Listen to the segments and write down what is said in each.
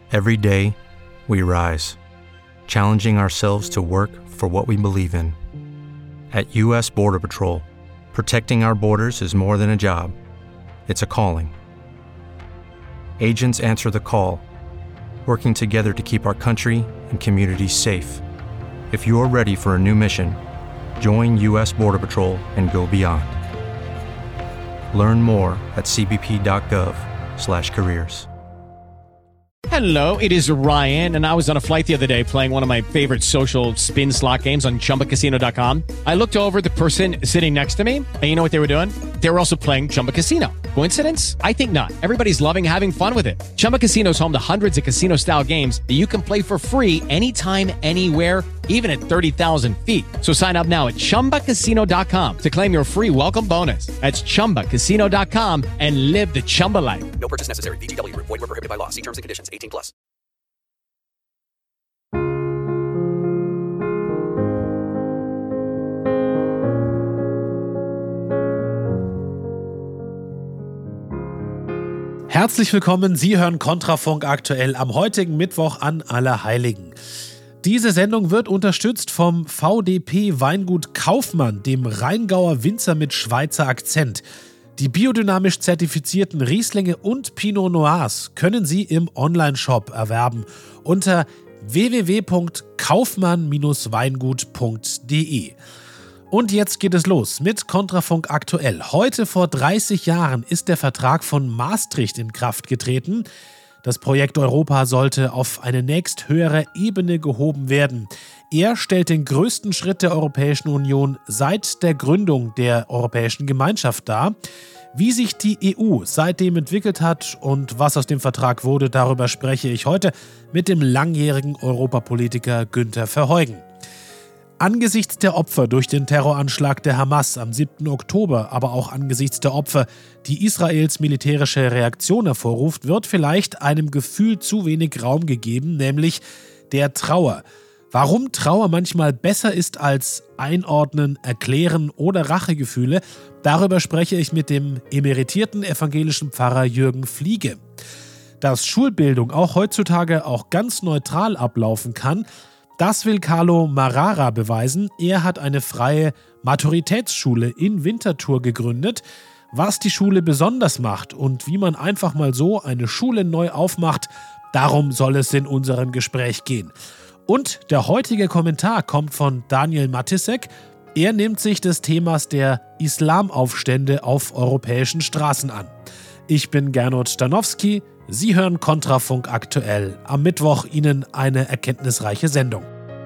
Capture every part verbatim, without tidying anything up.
Every day, we rise, challenging ourselves to work for what we believe in. At U S Border Patrol, protecting our borders is more than a job. It's a calling. Agents answer the call, working together to keep our country and communities safe. If you're ready for a new mission, join U S Border Patrol and go beyond. Learn more at c b p dot gov slash careers. Hello, it is Ryan, and I was on a flight the other day playing one of my favorite social spin slot games on chumba casino dot com. I looked over at the person sitting next to me, and you know what they were doing? They were also playing Chumba Casino. Coincidence? I think not. Everybody's loving having fun with it. Chumba Casino is home to hundreds of casino-style games that you can play for free anytime, anywhere, even at thirty thousand feet. So sign up now at chumba casino dot com to claim your free welcome bonus. That's chumba casino dot com and live the Chumba life. No purchase necessary. V G W. Void where prohibited by law. See terms and conditions. eighteen plus. Herzlich willkommen, Sie hören Kontrafunk aktuell am heutigen Mittwoch an Allerheiligen. Diese Sendung wird unterstützt vom V D P Weingut Kaufmann, dem Rheingauer Winzer mit Schweizer Akzent. Die biodynamisch zertifizierten Rieslinge und Pinot Noirs können Sie im Onlineshop erwerben unter w w w punkt kaufmann Bindestrich weingut punkt d e. Und jetzt geht es los mit Kontrafunk aktuell. Heute vor dreißig Jahren ist der Vertrag von Maastricht in Kraft getreten. Das Projekt Europa sollte auf eine nächsthöhere Ebene gehoben werden. Er stellt den größten Schritt der Europäischen Union seit der Gründung der Europäischen Gemeinschaft dar. Wie sich die E U seitdem entwickelt hat und was aus dem Vertrag wurde, darüber spreche ich heute mit dem langjährigen Europapolitiker Günther Verheugen. Angesichts der Opfer durch den Terroranschlag der Hamas am siebten Oktober, aber auch angesichts der Opfer, die Israels militärische Reaktion hervorruft, wird vielleicht einem Gefühl zu wenig Raum gegeben, nämlich der Trauer. Warum Trauer manchmal besser ist als Einordnen, Erklären oder Rachegefühle, darüber spreche ich mit dem emeritierten evangelischen Pfarrer Jürgen Fliege. Dass Schulbildung auch heutzutage auch ganz neutral ablaufen kann, das will Carlo Marrara beweisen. Er hat eine freie Maturitätsschule in Winterthur gegründet. Was die Schule besonders macht und wie man einfach mal so eine Schule neu aufmacht, darum soll es in unserem Gespräch gehen. Und der heutige Kommentar kommt von Daniel Matisek. Er nimmt sich des Themas der Islamaufstände auf europäischen Straßen an. Ich bin Gernot Stanowski. Sie hören Kontrafunk aktuell. Am Mittwoch Ihnen eine erkenntnisreiche Sendung.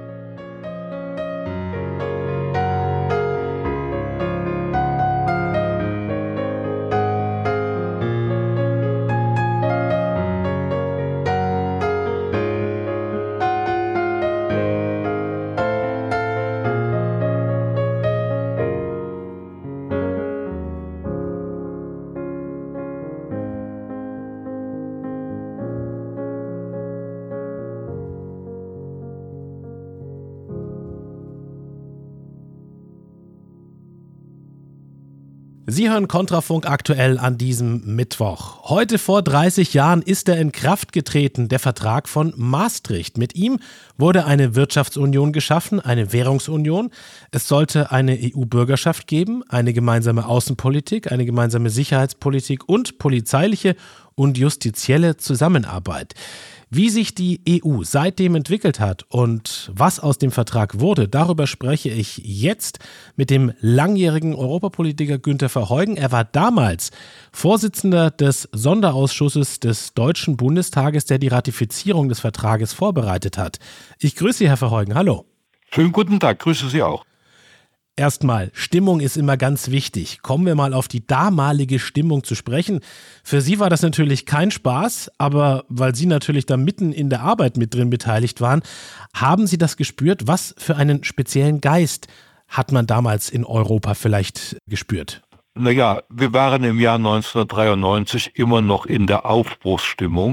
Sie hören Kontrafunk aktuell an diesem Mittwoch. Heute vor dreißig Jahren ist er in Kraft getreten, der Vertrag von Maastricht. Mit ihm wurde eine Wirtschaftsunion geschaffen, eine Währungsunion. Es sollte eine E U-Bürgerschaft geben, eine gemeinsame Außenpolitik, eine gemeinsame Sicherheitspolitik und polizeiliche und justizielle Zusammenarbeit. Wie sich die E U seitdem entwickelt hat und was aus dem Vertrag wurde, darüber spreche ich jetzt mit dem langjährigen Europapolitiker Günther Verheugen. Er war damals Vorsitzender des Sonderausschusses des Deutschen Bundestages, der die Ratifizierung des Vertrages vorbereitet hat. Ich grüße Sie, Herr Verheugen. Hallo. Schönen guten Tag, grüße Sie auch. Erstmal, Stimmung ist immer ganz wichtig. Kommen wir mal auf die damalige Stimmung zu sprechen. Für Sie war das natürlich kein Spaß, aber weil Sie natürlich da mitten in der Arbeit mit drin beteiligt waren, haben Sie das gespürt? Was für einen speziellen Geist hat man damals in Europa vielleicht gespürt? Naja, wir waren im Jahr neunzehnhundertdreiundneunzig immer noch in der Aufbruchsstimmung.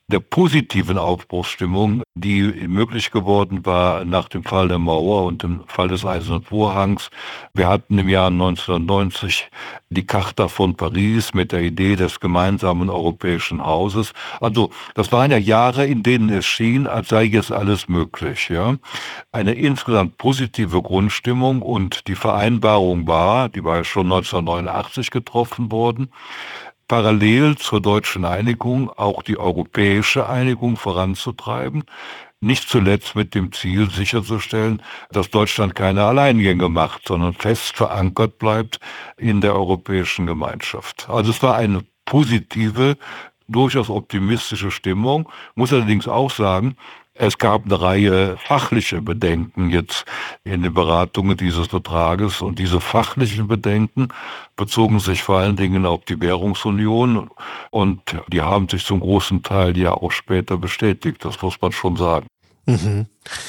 der positiven Aufbruchsstimmung, die möglich geworden war nach dem Fall der Mauer und dem Fall des Eisernen Vorhangs. Wir hatten im Jahr neunzehnhundertneunzig die Charta von Paris mit der Idee des gemeinsamen europäischen Hauses. Also das waren ja Jahre, in denen es schien, als sei jetzt alles möglich. Ja? Eine insgesamt positive Grundstimmung, und die Vereinbarung war, die war ja schon neunzehnhundertneunundachtzig getroffen worden, parallel zur deutschen Einigung auch die europäische Einigung voranzutreiben, nicht zuletzt mit dem Ziel sicherzustellen, dass Deutschland keine Alleingänge macht, sondern fest verankert bleibt in der europäischen Gemeinschaft. Also es war eine positive, durchaus optimistische Stimmung. Ich muss allerdings auch sagen, es gab eine Reihe fachliche Bedenken jetzt in den Beratungen dieses Vertrages, und diese fachlichen Bedenken bezogen sich vor allen Dingen auf die Währungsunion, und die haben sich zum großen Teil ja auch später bestätigt, das muss man schon sagen. Mhm.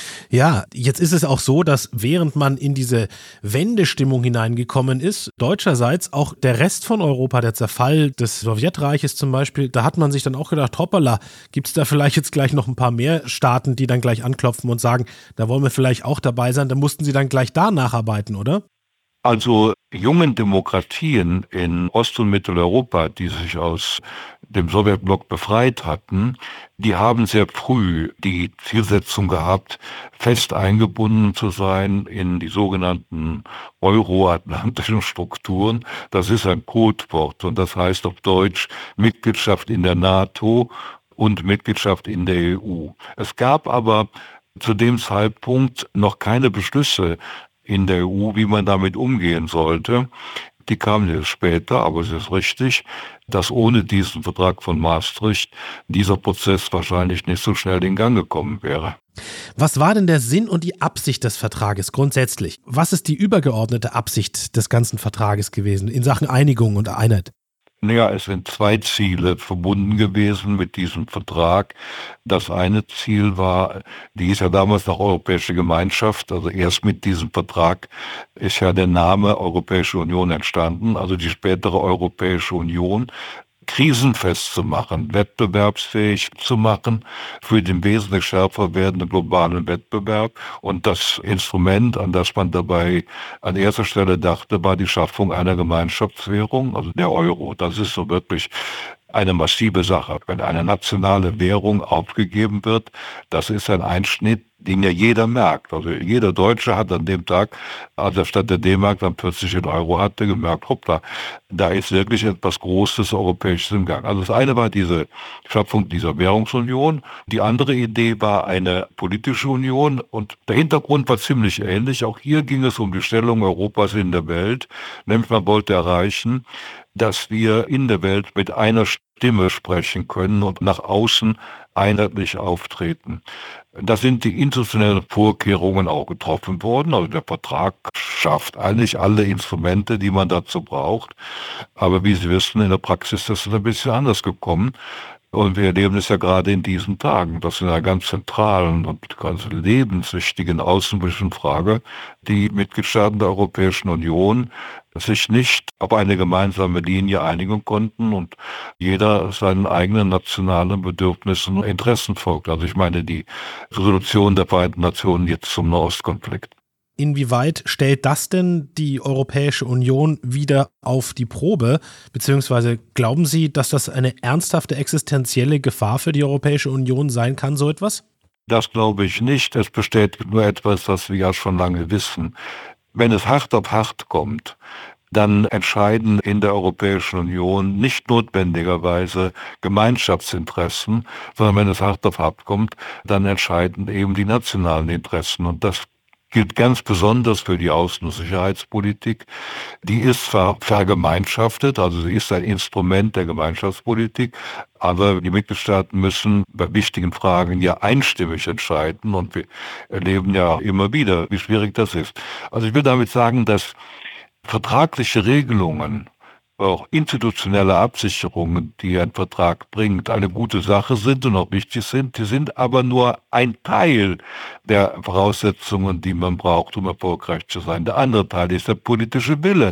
Ja, jetzt ist es auch so, dass während man in diese Wendestimmung hineingekommen ist, deutscherseits auch der Rest von Europa, der Zerfall des Sowjetreiches zum Beispiel, da hat man sich dann auch gedacht, hoppala, gibt es da vielleicht jetzt gleich noch ein paar mehr Staaten, die dann gleich anklopfen und sagen, da wollen wir vielleicht auch dabei sein, da mussten sie dann gleich da nacharbeiten, oder? Also jungen Demokratien in Ost- und Mitteleuropa, die sich aus dem Sowjetblock befreit hatten, die haben sehr früh die Zielsetzung gehabt, fest eingebunden zu sein in die sogenannten euroatlantischen Strukturen. Das ist ein Codewort, und das heißt auf Deutsch Mitgliedschaft in der NATO und Mitgliedschaft in der E U. Es gab aber zu dem Zeitpunkt noch keine Beschlüsse in der E U, wie man damit umgehen sollte. Die kamen jetzt später, aber es ist richtig, dass ohne diesen Vertrag von Maastricht dieser Prozess wahrscheinlich nicht so schnell in Gang gekommen wäre. Was war denn der Sinn und die Absicht des Vertrages grundsätzlich? Was ist die übergeordnete Absicht des ganzen Vertrages gewesen in Sachen Einigung und Einheit? Naja, es sind zwei Ziele verbunden gewesen mit diesem Vertrag. Das eine Ziel war, die ist ja damals noch Europäische Gemeinschaft, also erst mit diesem Vertrag ist ja der Name Europäische Union entstanden, also die spätere Europäische Union, krisenfest zu machen, wettbewerbsfähig zu machen für den wesentlich schärfer werdenden globalen Wettbewerb. Und das Instrument, an das man dabei an erster Stelle dachte, war die Schaffung einer Gemeinschaftswährung, also der Euro. Das ist so wirklich eine massive Sache. Wenn eine nationale Währung aufgegeben wird, das ist ein Einschnitt, den ja jeder merkt. Also jeder Deutsche hat an dem Tag, als er statt der D-Mark dann plötzlich den Euro hatte, gemerkt, hoppla, da ist wirklich etwas Großes Europäisches im Gang. Also das eine war diese Schaffung dieser Währungsunion. Die andere Idee war eine politische Union, und der Hintergrund war ziemlich ähnlich. Auch hier ging es um die Stellung Europas in der Welt. Nämlich man wollte erreichen, dass wir in der Welt mit einer Stimme sprechen können und nach außen einheitlich auftreten. Da sind die institutionellen Vorkehrungen auch getroffen worden. Also der Vertrag schafft eigentlich alle Instrumente, die man dazu braucht. Aber wie Sie wissen, in der Praxis ist das ein bisschen anders gekommen. Und wir erleben es ja gerade in diesen Tagen, dass in einer ganz zentralen und ganz lebenswichtigen außenpolitischen Frage die Mitgliedstaaten der Europäischen Union sich nicht auf eine gemeinsame Linie einigen konnten und jeder seinen eigenen nationalen Bedürfnissen und Interessen folgt. Also ich meine die Resolution der Vereinten Nationen jetzt zum Nahostkonflikt. Inwieweit stellt das denn die Europäische Union wieder auf die Probe? Beziehungsweise glauben Sie, dass das eine ernsthafte existenzielle Gefahr für die Europäische Union sein kann, so etwas? Das glaube ich nicht. Es bestätigt nur etwas, was wir ja schon lange wissen. Wenn es hart auf hart kommt, dann entscheiden in der Europäischen Union nicht notwendigerweise Gemeinschaftsinteressen, sondern wenn es hart auf hart kommt, dann entscheiden eben die nationalen Interessen. Und das gilt ganz besonders für die Außen- und Sicherheitspolitik. Die ist zwar vergemeinschaftet, also sie ist ein Instrument der Gemeinschaftspolitik, aber die Mitgliedstaaten müssen bei wichtigen Fragen ja einstimmig entscheiden und wir erleben ja immer wieder, wie schwierig das ist. Also ich will damit sagen, dass vertragliche Regelungen, auch institutionelle Absicherungen, die ein Vertrag bringt, eine gute Sache sind und auch wichtig sind. Die sind aber nur ein Teil der Voraussetzungen, die man braucht, um erfolgreich zu sein. Der andere Teil ist der politische Wille.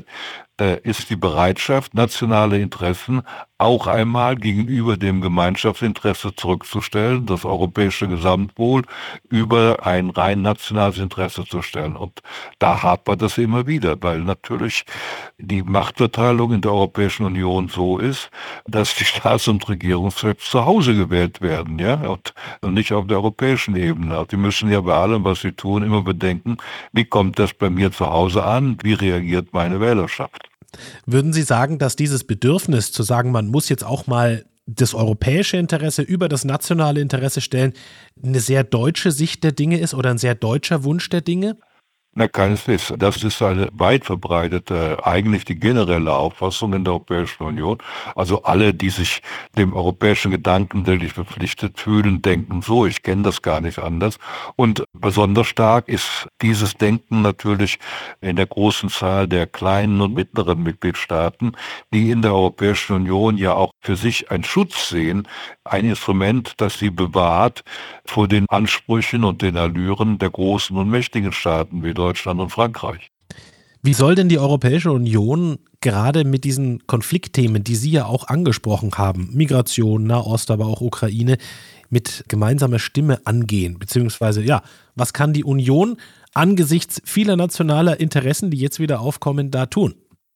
äh, ist die Bereitschaft, nationale Interessen auch einmal gegenüber dem Gemeinschaftsinteresse zurückzustellen, das europäische Gesamtwohl über ein rein nationales Interesse zu stellen. Und da hapert das immer wieder, weil natürlich die Machtverteilung in der Europäischen Union so ist, dass die Staats- und Regierungschefs zu Hause gewählt werden, ja, und, und nicht auf der europäischen Ebene. Also die müssen ja bei allem, was sie tun, immer bedenken, wie kommt das bei mir zu Hause an, wie reagiert meine Wählerschaft. Würden Sie sagen, dass dieses Bedürfnis zu sagen, man muss jetzt auch mal das europäische Interesse über das nationale Interesse stellen, eine sehr deutsche Sicht der Dinge ist oder ein sehr deutscher Wunsch der Dinge? Na, keineswegs. Das ist eine weit verbreitete, eigentlich die generelle Auffassung in der Europäischen Union. Also alle, die sich dem europäischen Gedanken wirklich verpflichtet fühlen, denken so, ich kenne das gar nicht anders. Und besonders stark ist dieses Denken natürlich in der großen Zahl der kleinen und mittleren Mitgliedstaaten, die in der Europäischen Union ja auch für sich einen Schutz sehen, ein Instrument, das sie bewahrt vor den Ansprüchen und den Allüren der großen und mächtigen Staaten wie Deutschland und Frankreich. Wie soll denn die Europäische Union gerade mit diesen Konfliktthemen, die Sie ja auch angesprochen haben, Migration, Nahost, aber auch Ukraine, mit gemeinsamer Stimme angehen? Beziehungsweise, ja, was kann die Union angesichts vieler nationaler Interessen, die jetzt wieder aufkommen, da tun?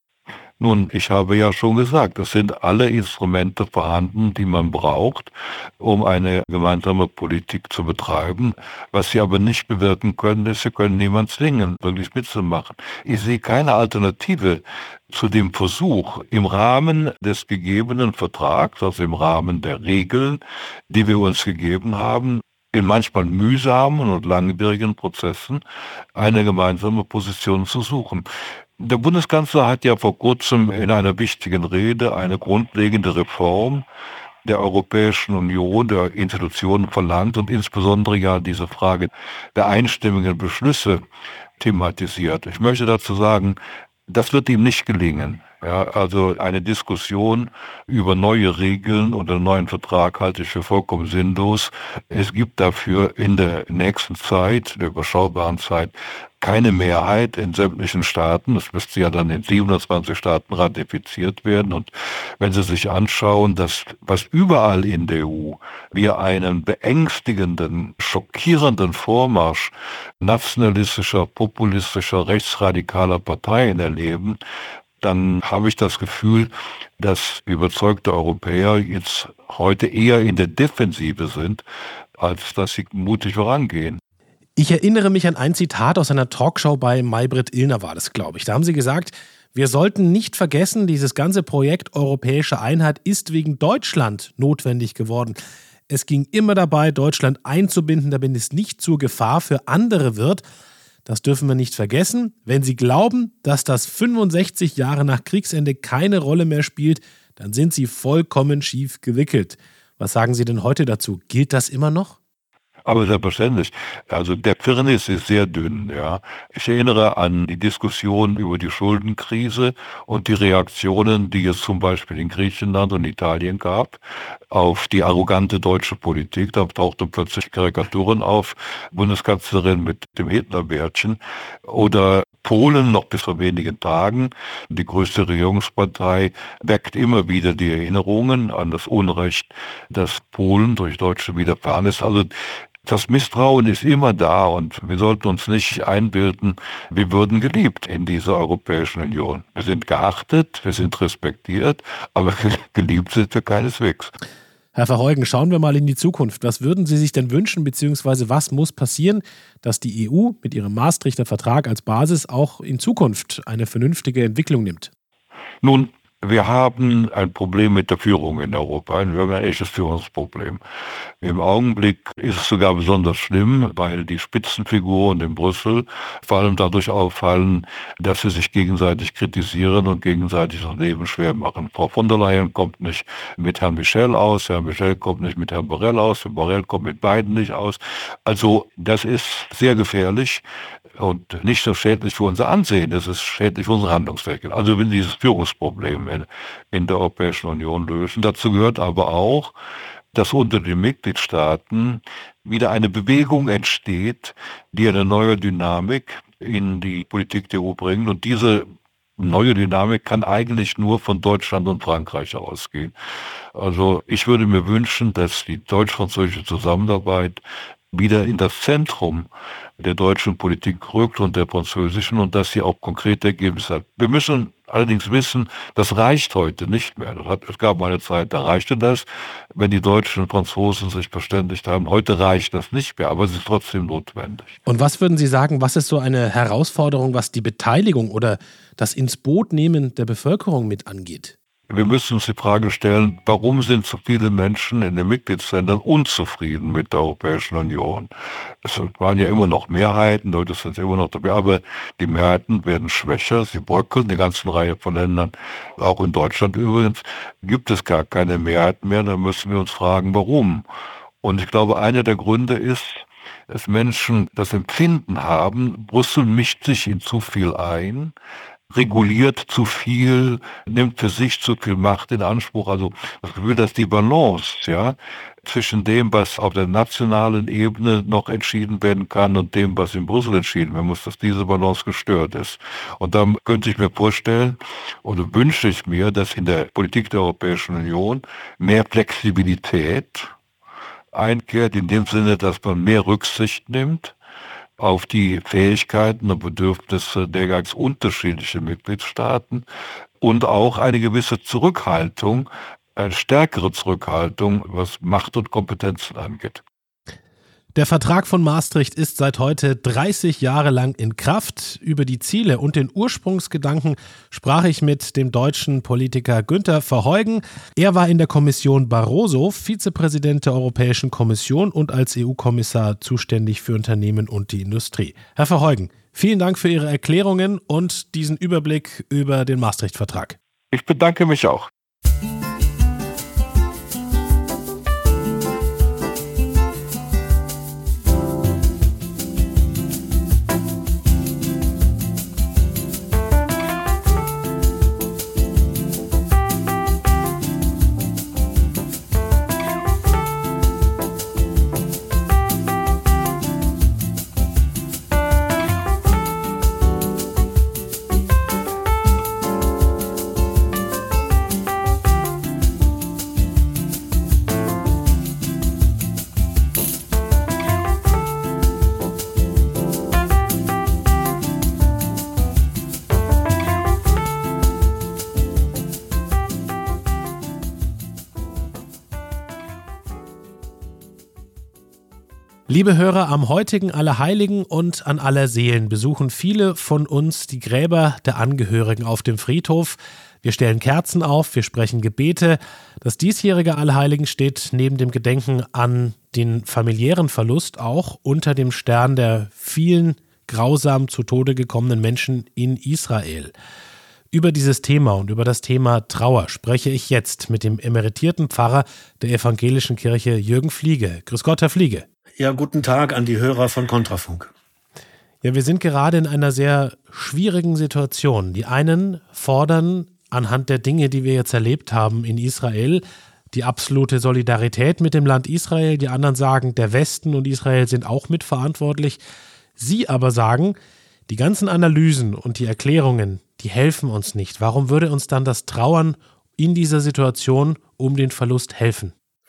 Nun, ich habe ja schon gesagt, es sind alle Instrumente vorhanden, die man braucht, um eine gemeinsame Politik zu betreiben. Was sie aber nicht bewirken können, ist, sie können niemand zwingen, wirklich mitzumachen. Ich sehe keine Alternative zu dem Versuch, im Rahmen des gegebenen Vertrags, also im Rahmen der Regeln, die wir uns gegeben haben, in manchmal mühsamen und langwierigen Prozessen eine gemeinsame Position zu suchen. Der Bundeskanzler hat ja vor kurzem in einer wichtigen Rede eine grundlegende Reform der Europäischen Union, der Institutionen verlangt und insbesondere ja diese Frage der einstimmigen Beschlüsse thematisiert. Ich möchte dazu sagen, das wird ihm nicht gelingen. Ja, also eine Diskussion über neue Regeln und einen neuen Vertrag halte ich für vollkommen sinnlos. Es gibt dafür in der nächsten Zeit, der überschaubaren Zeit, keine Mehrheit in sämtlichen Staaten. Das müsste ja dann in siebenundzwanzig Staaten ratifiziert werden. Und wenn Sie sich anschauen, dass was überall in der E U wir einen beängstigenden, schockierenden Vormarsch nationalistischer, populistischer, rechtsradikaler Parteien erleben, dann habe ich das Gefühl, dass überzeugte Europäer jetzt heute eher in der Defensive sind, als dass sie mutig vorangehen. Ich erinnere mich an ein Zitat aus einer Talkshow bei Maybrit Illner war das, glaube ich. Da haben Sie gesagt, wir sollten nicht vergessen, dieses ganze Projekt Europäische Einheit ist wegen Deutschland notwendig geworden. Es ging immer dabei, Deutschland einzubinden, damit es nicht zur Gefahr für andere wird. Das dürfen wir nicht vergessen. Wenn Sie glauben, dass das fünfundsechzig Jahre nach Kriegsende keine Rolle mehr spielt, dann sind Sie vollkommen schief gewickelt. Was sagen Sie denn heute dazu? Gilt das immer noch? Aber selbstverständlich. Also der Firnis ist sehr dünn. Ja. Ich erinnere an die Diskussion über die Schuldenkrise und die Reaktionen, die es zum Beispiel in Griechenland und Italien gab, auf die arrogante deutsche Politik. Da tauchten plötzlich Karikaturen auf, Bundeskanzlerin mit dem Hitlerbärtchen. Oder Polen noch bis vor wenigen Tagen, die größte Regierungspartei, weckt immer wieder die Erinnerungen an das Unrecht, das Polen durch Deutsche widerfahren ist. Also das Misstrauen ist immer da und wir sollten uns nicht einbilden, wir würden geliebt in dieser Europäischen Union. Wir sind geachtet, wir sind respektiert, aber geliebt sind wir keineswegs. Herr Verheugen, schauen wir mal in die Zukunft. Was würden Sie sich denn wünschen, beziehungsweise was muss passieren, dass die E U mit ihrem Maastrichter Vertrag als Basis auch in Zukunft eine vernünftige Entwicklung nimmt? Nun, wir haben ein Problem mit der Führung in Europa, ein wirklich echtes Führungsproblem. Im Augenblick ist es sogar besonders schlimm, weil die Spitzenfiguren in Brüssel vor allem dadurch auffallen, dass sie sich gegenseitig kritisieren und gegenseitig das Leben schwer machen. Frau von der Leyen kommt nicht mit Herrn Michel aus, Herr Michel kommt nicht mit Herrn Borrell aus, Herr Borrell kommt mit beiden nicht aus. Also das ist sehr gefährlich. Und nicht nur schädlich für unser Ansehen, es ist schädlich für unsere Handlungsfähigkeit. Also wir will dieses Führungsproblem in, in der Europäischen Union lösen. Dazu gehört aber auch, dass unter den Mitgliedstaaten wieder eine Bewegung entsteht, die eine neue Dynamik in die Politik der E U bringt. Und diese neue Dynamik kann eigentlich nur von Deutschland und Frankreich ausgehen. Also ich würde mir wünschen, dass die deutsch-französische Zusammenarbeit wieder in das Zentrum der deutschen Politik rückt und der französischen und dass sie auch konkrete Ergebnisse hat. Wir müssen allerdings wissen, das reicht heute nicht mehr. Das hat, es gab mal eine Zeit, da reichte das, wenn die Deutschen und Franzosen sich verständigt haben. Heute reicht das nicht mehr, aber es ist trotzdem notwendig. Und was würden Sie sagen, was ist so eine Herausforderung, was die Beteiligung oder das ins Boot nehmen der Bevölkerung mit angeht? Wir müssen uns die Frage stellen, warum sind so viele Menschen in den Mitgliedsländern unzufrieden mit der Europäischen Union? Es waren ja immer noch Mehrheiten, Leute sind immer noch dabei, aber die Mehrheiten werden schwächer, sie bröckeln, die ganze Reihe von Ländern, auch in Deutschland übrigens, gibt es gar keine Mehrheiten mehr, da müssen wir uns fragen, warum? Und ich glaube, einer der Gründe ist, dass Menschen das Empfinden haben, Brüssel mischt sich in zu viel ein, reguliert zu viel, nimmt für sich zu viel Macht in Anspruch. Also das Gefühl, dass die Balance, ja, zwischen dem, was auf der nationalen Ebene noch entschieden werden kann und dem, was in Brüssel entschieden werden muss, dass diese Balance gestört ist. Und da könnte ich mir vorstellen, oder wünsche ich mir, dass in der Politik der Europäischen Union mehr Flexibilität einkehrt, in dem Sinne, dass man mehr Rücksicht nimmt auf die Fähigkeiten und Bedürfnisse der ganz unterschiedlichen Mitgliedstaaten und auch eine gewisse Zurückhaltung, eine stärkere Zurückhaltung, was Macht und Kompetenzen angeht. Der Vertrag von Maastricht ist seit heute dreißig Jahre lang in Kraft. Über die Ziele und den Ursprungsgedanken sprach ich mit dem deutschen Politiker Günther Verheugen. Er war in der Kommission Barroso Vizepräsident der Europäischen Kommission und als E U-Kommissar zuständig für Unternehmen und die Industrie. Herr Verheugen, vielen Dank für Ihre Erklärungen und diesen Überblick über den Maastricht-Vertrag. Ich bedanke mich auch. Liebe Hörer, am heutigen Allerheiligen und an Allerseelen besuchen viele von uns die Gräber der Angehörigen auf dem Friedhof. Wir stellen Kerzen auf, wir sprechen Gebete. Das diesjährige Allerheiligen steht neben dem Gedenken an den familiären Verlust auch unter dem Stern der vielen grausam zu Tode gekommenen Menschen in Israel. Über dieses Thema und über das Thema Trauer spreche ich jetzt mit dem emeritierten Pfarrer der Evangelischen Kirche Jürgen Fliege. Grüß Gott, Herr Fliege. Ja, guten Tag an die Hörer von Kontrafunk. Ja, wir sind gerade in einer sehr schwierigen Situation. Die einen fordern anhand der Dinge, die wir jetzt erlebt haben in Israel, die absolute Solidarität mit dem Land Israel. Die anderen sagen, der Westen und Israel sind auch mitverantwortlich. Sie aber sagen, die ganzen Analysen und die Erklärungen, die helfen uns nicht. Warum würde uns dann das Trauern in dieser Situation um den Verlust helfen?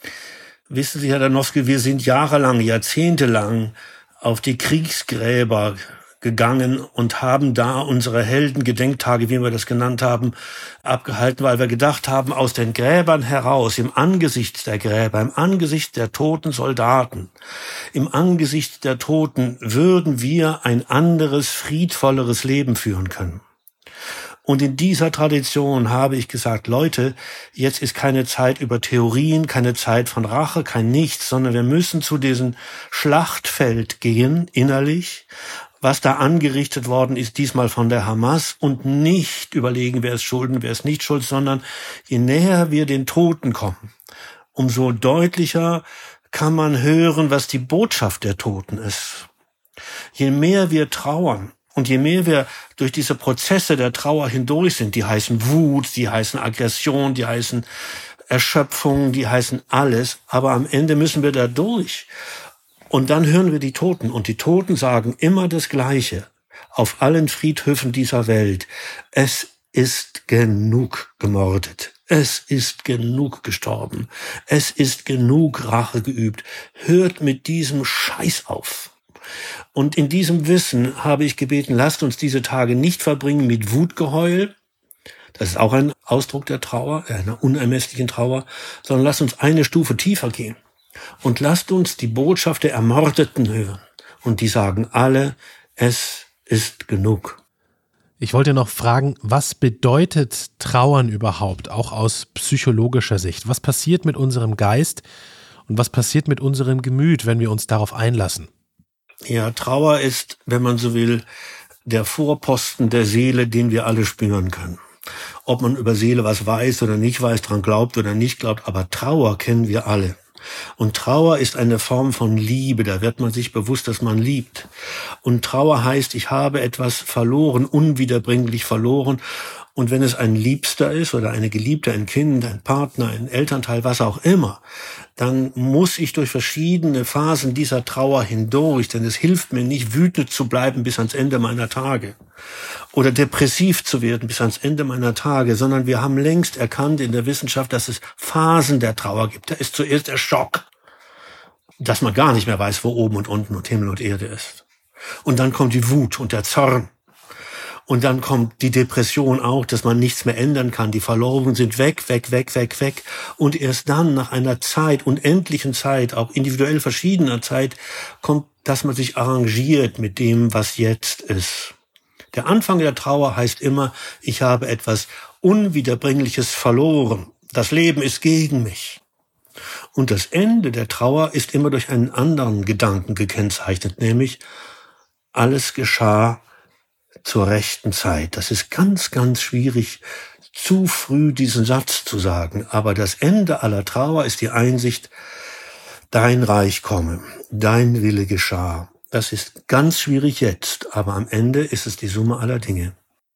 Wissen Sie, Herr Danowski, wir sind jahrelang, jahrzehntelang auf die Kriegsgräber gegangen und haben da unsere Heldengedenktage, wie wir das genannt haben, abgehalten, weil wir gedacht haben, aus den Gräbern heraus, im Angesicht der Gräber, im Angesicht der toten Soldaten, im Angesicht der Toten würden wir ein anderes, friedvolleres Leben führen können. Und in dieser Tradition habe ich gesagt, Leute, jetzt ist keine Zeit über Theorien, keine Zeit von Rache, kein Nichts, sondern wir müssen zu diesem Schlachtfeld gehen, innerlich, was da angerichtet worden ist, diesmal von der Hamas, und nicht überlegen, wer ist schuld und wer ist nicht schuld, sondern je näher wir den Toten kommen, umso deutlicher kann man hören, was die Botschaft der Toten ist. Je mehr wir trauern, und je mehr wir durch diese Prozesse der Trauer hindurch sind, die heißen Wut, die heißen Aggression, die heißen Erschöpfung, die heißen alles, aber am Ende müssen wir da durch. Und dann hören wir die Toten, und die Toten sagen immer das Gleiche auf allen Friedhöfen dieser Welt. Es ist genug gemordet. Es ist genug gestorben. Es ist genug Rache geübt. Hört mit diesem Scheiß auf. Und in diesem Wissen habe ich gebeten, lasst uns diese Tage nicht verbringen mit Wutgeheul. Das ist auch ein Ausdruck der Trauer, einer unermesslichen Trauer, sondern lasst uns eine Stufe tiefer gehen. Und lasst uns die Botschaft der Ermordeten hören. Und die sagen alle, es ist genug. Ich wollte noch fragen, was bedeutet Trauern überhaupt, auch aus psychologischer Sicht? Was passiert mit unserem Geist und was passiert mit unserem Gemüt, wenn wir uns darauf einlassen? Ja, Trauer ist, wenn man so will, der Vorposten der Seele, den wir alle spüren können. Ob man über Seele was weiß oder nicht weiß, dran glaubt oder nicht glaubt, aber Trauer kennen wir alle. Und Trauer ist eine Form von Liebe, da wird man sich bewusst, dass man liebt. Und Trauer heißt, ich habe etwas verloren, unwiederbringlich verloren. Und wenn es ein Liebster ist oder eine Geliebte, ein Kind, ein Partner, ein Elternteil, was auch immer, dann muss ich durch verschiedene Phasen dieser Trauer hindurch, denn es hilft mir nicht, wütend zu bleiben bis ans Ende meiner Tage oder depressiv zu werden bis ans Ende meiner Tage, sondern wir haben längst erkannt in der Wissenschaft, dass es Phasen der Trauer gibt. Da ist zuerst der Schock, dass man gar nicht mehr weiß, wo oben und unten und Himmel und Erde ist. Und dann kommt die Wut und der Zorn. Und dann kommt die Depression auch, dass man nichts mehr ändern kann. Die Verlorenen sind weg, weg, weg, weg, weg. Und erst dann, nach einer Zeit, unendlichen Zeit, auch individuell verschiedener Zeit, kommt, dass man sich arrangiert mit dem, was jetzt ist. Der Anfang der Trauer heißt immer, ich habe etwas Unwiederbringliches verloren. Das Leben ist gegen mich. Und das Ende der Trauer ist immer durch einen anderen Gedanken gekennzeichnet, nämlich alles geschah zur rechten Zeit. Das ist ganz, ganz schwierig, zu früh diesen Satz zu sagen. Aber das Ende aller Trauer ist die Einsicht, dein Reich komme, dein Wille geschah. Das ist ganz schwierig jetzt, aber am Ende ist es die Summe aller Dinge.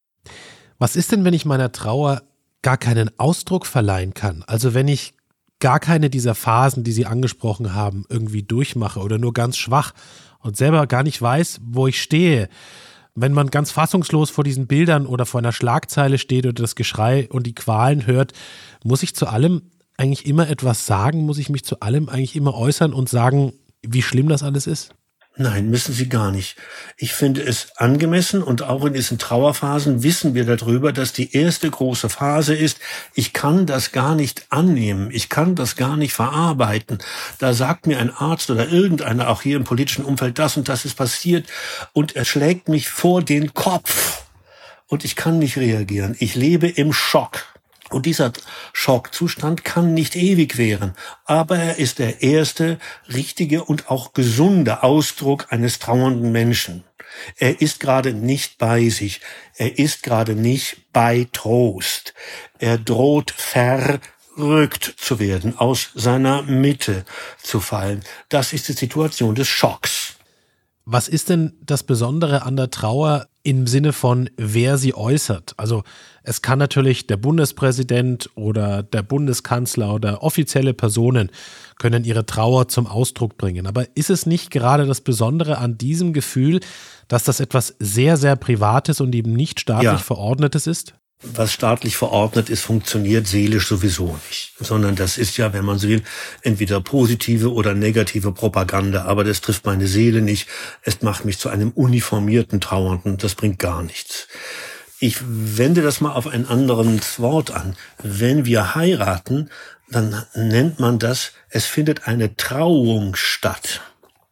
Was ist denn, wenn ich meiner Trauer gar keinen Ausdruck verleihen kann? Also wenn ich gar keine dieser Phasen, die Sie angesprochen haben, irgendwie durchmache oder nur ganz schwach und selber gar nicht weiß, wo ich stehe. Wenn man ganz fassungslos vor diesen Bildern oder vor einer Schlagzeile steht oder das Geschrei und die Qualen hört, muss ich zu allem eigentlich immer etwas sagen? Muss ich mich zu allem eigentlich immer äußern und sagen, wie schlimm das alles ist? Nein, müssen Sie gar nicht. Ich finde es angemessen und auch in diesen Trauerphasen wissen wir darüber, dass die erste große Phase ist, ich kann das gar nicht annehmen, ich kann das gar nicht verarbeiten. Da sagt mir ein Arzt oder irgendeiner, auch hier im politischen Umfeld, das und das ist passiert und er schlägt mich vor den Kopf und ich kann nicht reagieren. Ich lebe im Schock. Und dieser Schockzustand kann nicht ewig währen, aber er ist der erste richtige und auch gesunde Ausdruck eines trauernden Menschen. Er ist gerade nicht bei sich, er ist gerade nicht bei Trost. Er droht verrückt zu werden, aus seiner Mitte zu fallen. Das ist die Situation des Schocks. Was ist denn das Besondere an der Trauer im Sinne von, wer sie äußert? Also es kann natürlich der Bundespräsident oder der Bundeskanzler oder offizielle Personen können ihre Trauer zum Ausdruck bringen. Aber ist es nicht gerade das Besondere an diesem Gefühl, dass das etwas sehr, sehr Privates und eben nicht staatlich ja. Verordnetes ist? Was staatlich verordnet ist, funktioniert seelisch sowieso nicht. Sondern das ist ja, wenn man so will, entweder positive oder negative Propaganda. Aber das trifft meine Seele nicht. Es macht mich zu einem uniformierten Trauernden. Das bringt gar nichts. Ich wende das mal auf ein anderes Wort an. Wenn wir heiraten, dann nennt man das, es findet eine Trauung statt.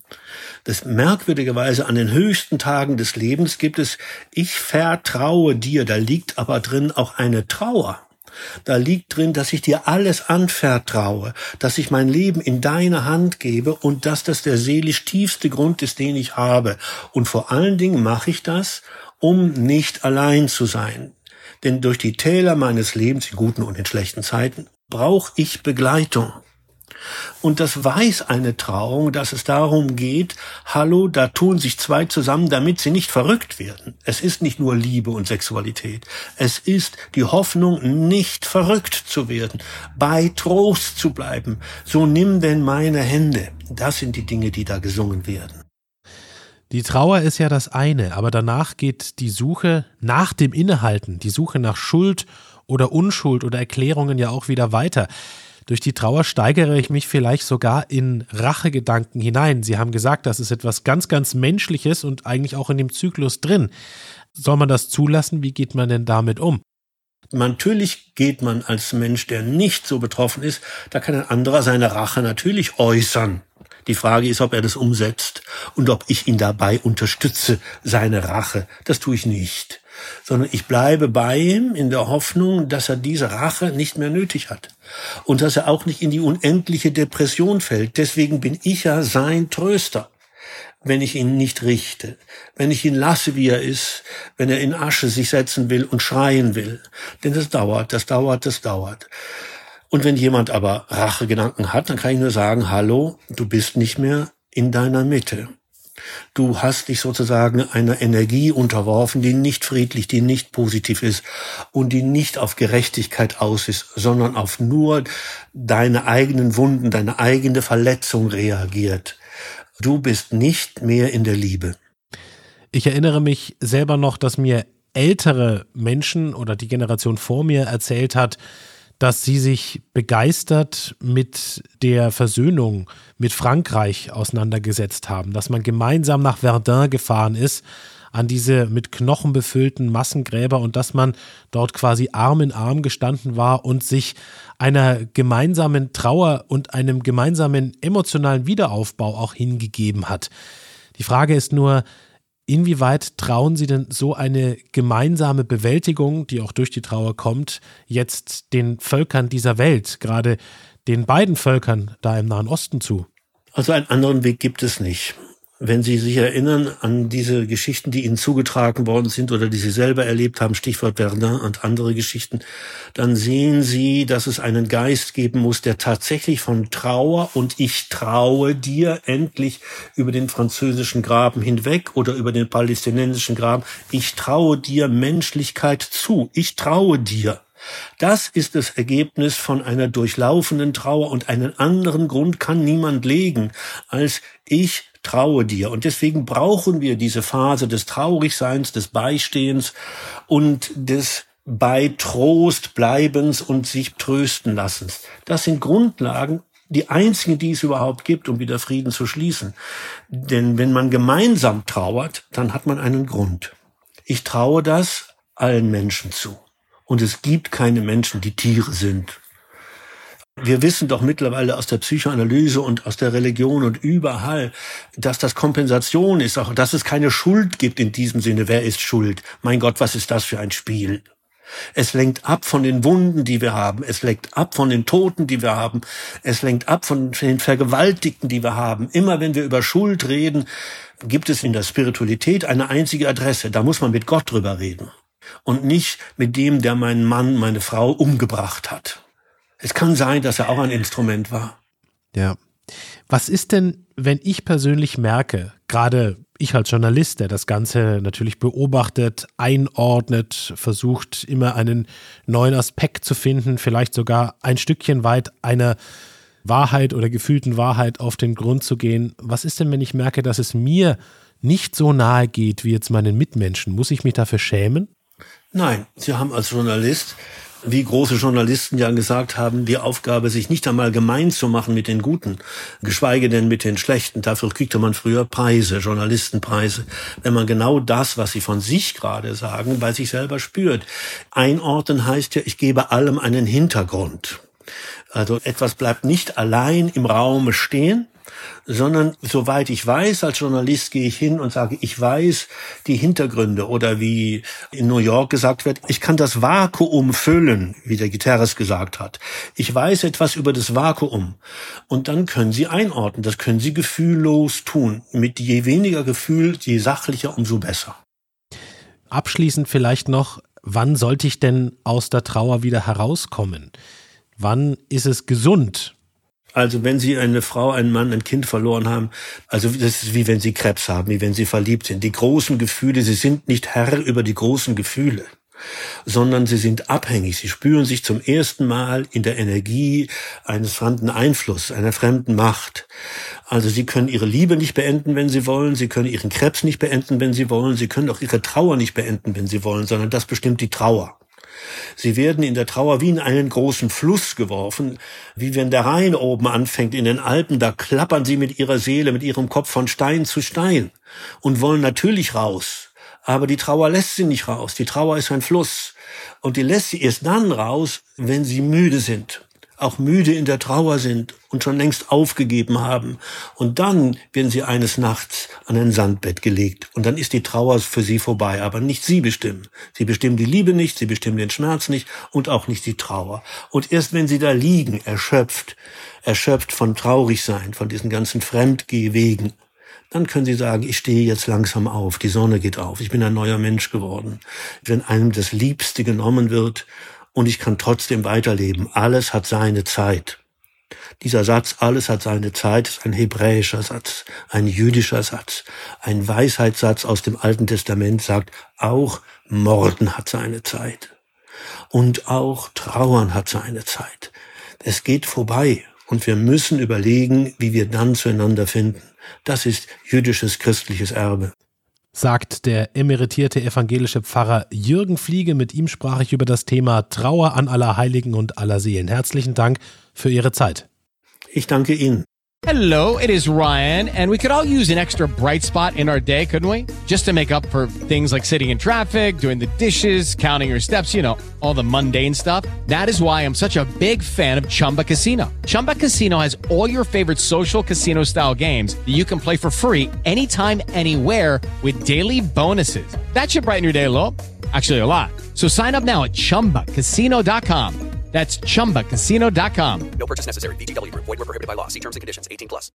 Das merkwürdigerweise an den höchsten Tagen des Lebens gibt es, ich vertraue dir, da liegt aber drin auch eine Trauer. Da liegt drin, dass ich dir alles anvertraue, dass ich mein Leben in deine Hand gebe und dass das der seelisch tiefste Grund ist, den ich habe. Und vor allen Dingen mache ich das, um nicht allein zu sein. Denn durch die Täler meines Lebens, in guten und in schlechten Zeiten, brauche ich Begleitung. Und das weiß eine Trauung, dass es darum geht, hallo, da tun sich zwei zusammen, damit sie nicht verrückt werden. Es ist nicht nur Liebe und Sexualität. Es ist die Hoffnung, nicht verrückt zu werden, bei Trost zu bleiben. So nimm denn meine Hände. Das sind die Dinge, die da gesungen werden. Die Trauer ist ja das eine, aber danach geht die Suche nach dem Innehalten, die Suche nach Schuld oder Unschuld oder Erklärungen ja auch wieder weiter. Durch die Trauer steigere ich mich vielleicht sogar in Rachegedanken hinein. Sie haben gesagt, das ist etwas ganz, ganz Menschliches und eigentlich auch in dem Zyklus drin. Soll man das zulassen? Wie geht man denn damit um? Natürlich geht man als Mensch, der nicht so betroffen ist, da kann ein anderer seine Rache natürlich äußern. Die Frage ist, ob er das umsetzt und ob ich ihn dabei unterstütze, seine Rache. Das tue ich nicht, sondern ich bleibe bei ihm in der Hoffnung, dass er diese Rache nicht mehr nötig hat und dass er auch nicht in die unendliche Depression fällt. Deswegen bin ich ja sein Tröster, wenn ich ihn nicht richte, wenn ich ihn lasse, wie er ist, wenn er in Asche sich setzen will und schreien will. Denn das dauert, das dauert, das dauert. Und wenn jemand aber Rachegedanken hat, dann kann ich nur sagen, hallo, du bist nicht mehr in deiner Mitte. Du hast dich sozusagen einer Energie unterworfen, die nicht friedlich, die nicht positiv ist und die nicht auf Gerechtigkeit aus ist, sondern auf nur deine eigenen Wunden, deine eigene Verletzung reagiert. Du bist nicht mehr in der Liebe. Ich erinnere mich selber noch, dass mir ältere Menschen oder die Generation vor mir erzählt hat, dass sie sich begeistert mit der Versöhnung mit Frankreich auseinandergesetzt haben, dass man gemeinsam nach Verdun gefahren ist, an diese mit Knochen befüllten Massengräber und dass man dort quasi Arm in Arm gestanden war und sich einer gemeinsamen Trauer und einem gemeinsamen emotionalen Wiederaufbau auch hingegeben hat. Die Frage ist nur, inwieweit trauen Sie denn so eine gemeinsame Bewältigung, die auch durch die Trauer kommt, jetzt den Völkern dieser Welt, gerade den beiden Völkern da im Nahen Osten zu? Also einen anderen Weg gibt es nicht. Wenn Sie sich erinnern an diese Geschichten, die Ihnen zugetragen worden sind oder die Sie selber erlebt haben, Stichwort Verdun und andere Geschichten, dann sehen Sie, dass es einen Geist geben muss, der tatsächlich von Trauer und ich traue dir endlich über den französischen Graben hinweg oder über den palästinensischen Graben, ich traue dir Menschlichkeit zu, ich traue dir. Das ist das Ergebnis von einer durchlaufenden Trauer und einen anderen Grund kann niemand legen, als ich traue dir. Und deswegen brauchen wir diese Phase des Traurigseins, des Beistehens und des bei Trost bleibens und sich trösten lassens. Das sind Grundlagen, die einzigen, die es überhaupt gibt, um wieder Frieden zu schließen. Denn wenn man gemeinsam trauert, dann hat man einen Grund. Ich traue das allen Menschen zu. Und es gibt keine Menschen, die Tiere sind. Wir wissen doch mittlerweile aus der Psychoanalyse und aus der Religion und überall, dass das Kompensation ist, auch dass es keine Schuld gibt in diesem Sinne. Wer ist schuld? Mein Gott, was ist das für ein Spiel? Es lenkt ab von den Wunden, die wir haben. Es lenkt ab von den Toten, die wir haben. Es lenkt ab von den Vergewaltigten, die wir haben. Immer wenn wir über Schuld reden, gibt es in der Spiritualität eine einzige Adresse. Da muss man mit Gott drüber reden. Und nicht mit dem, der meinen Mann, meine Frau umgebracht hat. Es kann sein, dass er auch ein Instrument war. Ja. Was ist denn, wenn ich persönlich merke, gerade ich als Journalist, der das Ganze natürlich beobachtet, einordnet, versucht immer einen neuen Aspekt zu finden, vielleicht sogar ein Stückchen weit einer Wahrheit oder gefühlten Wahrheit auf den Grund zu gehen. Was ist denn, wenn ich merke, dass es mir nicht so nahe geht wie jetzt meinen Mitmenschen? Muss ich mich dafür schämen? Nein, Sie haben als Journalist, wie große Journalisten ja gesagt haben, die Aufgabe, sich nicht einmal gemein zu machen mit den Guten, geschweige denn mit den Schlechten. Dafür kriegte man früher Preise, Journalistenpreise, wenn man genau das, was sie von sich gerade sagen, bei sich selber spürt. Einordnen heißt ja, ich gebe allem einen Hintergrund. Also etwas bleibt nicht allein im Raum stehen, sondern soweit ich weiß, als Journalist gehe ich hin und sage, ich weiß die Hintergründe oder wie in New York gesagt wird, ich kann das Vakuum füllen, wie der Guterres gesagt hat. Ich weiß etwas über das Vakuum und dann können Sie einordnen, das können Sie gefühllos tun. Mit je weniger Gefühl, je sachlicher, umso besser. Abschließend vielleicht noch, wann sollte ich denn aus der Trauer wieder herauskommen? Wann ist es gesund? Also wenn Sie eine Frau, einen Mann, ein Kind verloren haben, also das ist wie wenn Sie Krebs haben, wie wenn Sie verliebt sind. Die großen Gefühle, Sie sind nicht Herr über die großen Gefühle. sondern sie sind abhängig. Sie spüren sich zum ersten Mal in der Energie eines fremden Einflusses, einer fremden Macht. Also sie können ihre Liebe nicht beenden, wenn sie wollen. Sie können ihren Krebs nicht beenden, wenn sie wollen. Sie können auch ihre Trauer nicht beenden, wenn sie wollen, sondern das bestimmt die Trauer. Sie werden in der Trauer wie in einen großen Fluss geworfen, wie wenn der Rhein oben anfängt in den Alpen, da klappern sie mit ihrer Seele, mit ihrem Kopf von Stein zu Stein und wollen natürlich raus. Aber die Trauer lässt sie nicht raus. Die Trauer ist ein Fluss. Und die lässt sie erst dann raus, wenn sie müde sind. Auch müde in der Trauer sind und schon längst aufgegeben haben. Und dann werden sie eines Nachts an ein Sandbett gelegt. Und dann ist die Trauer für sie vorbei. Aber nicht sie bestimmen. Sie bestimmen die Liebe nicht, sie bestimmen den Schmerz nicht und auch nicht die Trauer. Und erst wenn sie da liegen, erschöpft, erschöpft von Traurigsein, von diesen ganzen Fremdgehwegen, dann können Sie sagen, ich stehe jetzt langsam auf, die Sonne geht auf, ich bin ein neuer Mensch geworden. Wenn einem das Liebste genommen wird und ich kann trotzdem weiterleben, alles hat seine Zeit. Dieser Satz, alles hat seine Zeit, ist ein hebräischer Satz, ein jüdischer Satz. Ein Weisheitssatz aus dem Alten Testament sagt, auch Morden hat seine Zeit. Und auch Trauern hat seine Zeit. Es geht vorbei und wir müssen überlegen, wie wir dann zueinander finden. Das ist jüdisches christliches Erbe. Sagt der emeritierte evangelische Pfarrer Jürgen Fliege. Mit ihm sprach ich über das Thema Trauer an Allerheiligen und Allerseelen. Herzlichen Dank für Ihre Zeit. Ich danke Ihnen. Hello, it is Ryan, and we could all use an extra bright spot in our day, couldn't we? Just to make up for things like sitting in traffic, doing the dishes, counting your steps, you know, all the mundane stuff. That is why I'm such a big fan of Chumba Casino. Chumba Casino has all your favorite social casino-style games that you can play for free anytime, anywhere with daily bonuses. That should brighten your day a little. Actually, a lot. So sign up now at chumba casino dot com. That's chumba casino dot com. No purchase necessary. V G W Group. Void where prohibited by law. See terms and conditions. eighteen plus.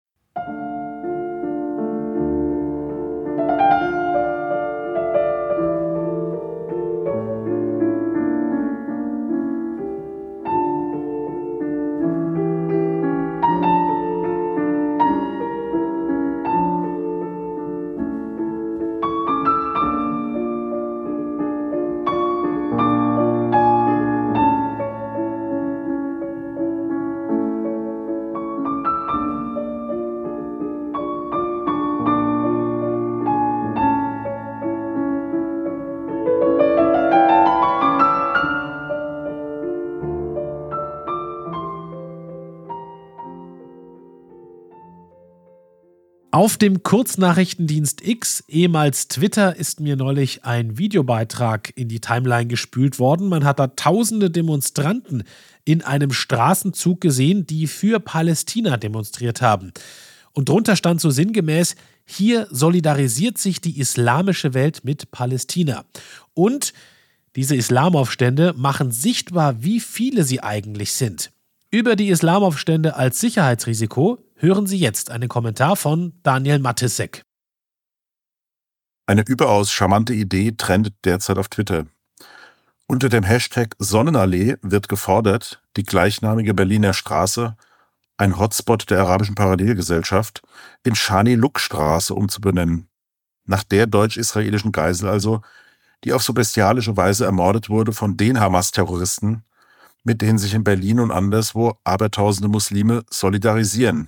Auf dem Kurznachrichtendienst X, ehemals Twitter, ist mir neulich ein Videobeitrag in die Timeline gespült worden. Man hat da tausende Demonstranten in einem Straßenzug gesehen, die für Palästina demonstriert haben. Und drunter stand so sinngemäß, hier solidarisiert sich die islamische Welt mit Palästina. Und diese Islamaufstände machen sichtbar, wie viele sie eigentlich sind. Über die Islamaufstände als Sicherheitsrisiko hören Sie jetzt einen Kommentar von Daniel Matisek. Eine überaus charmante Idee trendet derzeit auf Twitter. Unter dem Hashtag Sonnenallee wird gefordert, die gleichnamige Berliner Straße, ein Hotspot der arabischen Parallelgesellschaft, in Schani-Luck-Straße umzubenennen. Nach der deutsch-israelischen Geisel also, die auf so bestialische Weise ermordet wurde von den Hamas-Terroristen, mit denen sich in Berlin und anderswo abertausende Muslime solidarisieren.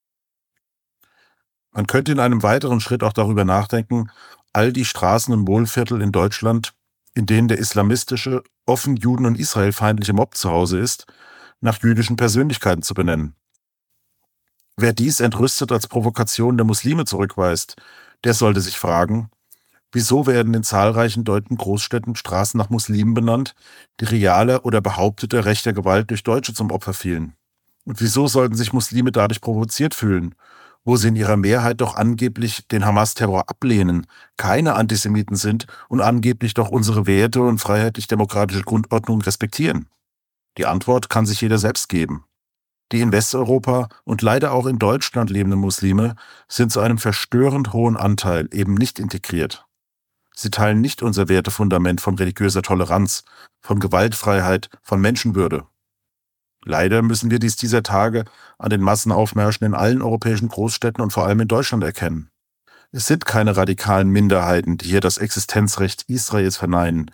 Man könnte in einem weiteren Schritt auch darüber nachdenken, all die Straßen und Wohnviertel in Deutschland, in denen der islamistische, offen juden- und israelfeindliche Mob zu Hause ist, nach jüdischen Persönlichkeiten zu benennen. Wer dies entrüstet als Provokation der Muslime zurückweist, der sollte sich fragen, wieso werden in zahlreichen deutschen Großstädten Straßen nach Muslimen benannt, die realer oder behaupteter rechter Gewalt durch Deutsche zum Opfer fielen? Und wieso sollten sich Muslime dadurch provoziert fühlen, wo sie in ihrer Mehrheit doch angeblich den Hamas-Terror ablehnen, keine Antisemiten sind und angeblich doch unsere Werte und freiheitlich-demokratische Grundordnung respektieren? Die Antwort kann sich jeder selbst geben. Die in Westeuropa und leider auch in Deutschland lebenden Muslime sind zu einem verstörend hohen Anteil eben nicht integriert. Sie teilen nicht unser Wertefundament von religiöser Toleranz, von Gewaltfreiheit, von Menschenwürde. Leider müssen wir dies dieser Tage an den Massenaufmärschen in allen europäischen Großstädten und vor allem in Deutschland erkennen. Es sind keine radikalen Minderheiten, die hier das Existenzrecht Israels verneinen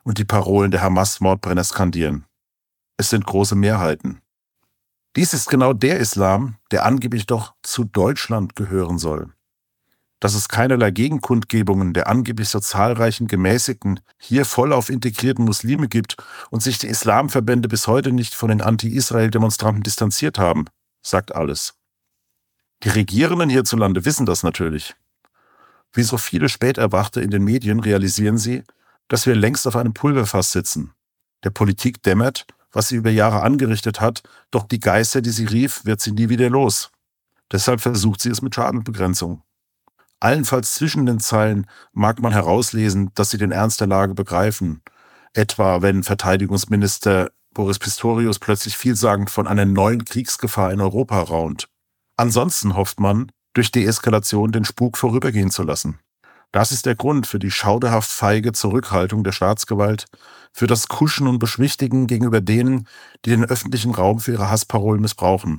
und die Parolen der Hamas-Mordbrenner skandieren. Es sind große Mehrheiten. Dies ist genau der Islam, der angeblich doch zu Deutschland gehören soll. Dass es keinerlei Gegenkundgebungen der angeblich so zahlreichen gemäßigten, hier vollauf integrierten Muslime gibt und sich die Islamverbände bis heute nicht von den Anti-Israel-Demonstranten distanziert haben, sagt alles. Die Regierenden hierzulande wissen das natürlich. Wie so viele Späterwachte in den Medien realisieren sie, dass wir längst auf einem Pulverfass sitzen. Der Politik dämmert, was sie über Jahre angerichtet hat, doch die Geister, die sie rief, wird sie nie wieder los. Deshalb versucht sie es mit Schadenbegrenzung. Allenfalls zwischen den Zeilen mag man herauslesen, dass sie den Ernst der Lage begreifen. Etwa, wenn Verteidigungsminister Boris Pistorius plötzlich vielsagend von einer neuen Kriegsgefahr in Europa raunt. Ansonsten hofft man, durch Deeskalation den Spuk vorübergehen zu lassen. Das ist der Grund für die schauderhaft feige Zurückhaltung der Staatsgewalt, für das Kuschen und Beschwichtigen gegenüber denen, die den öffentlichen Raum für ihre Hassparolen missbrauchen.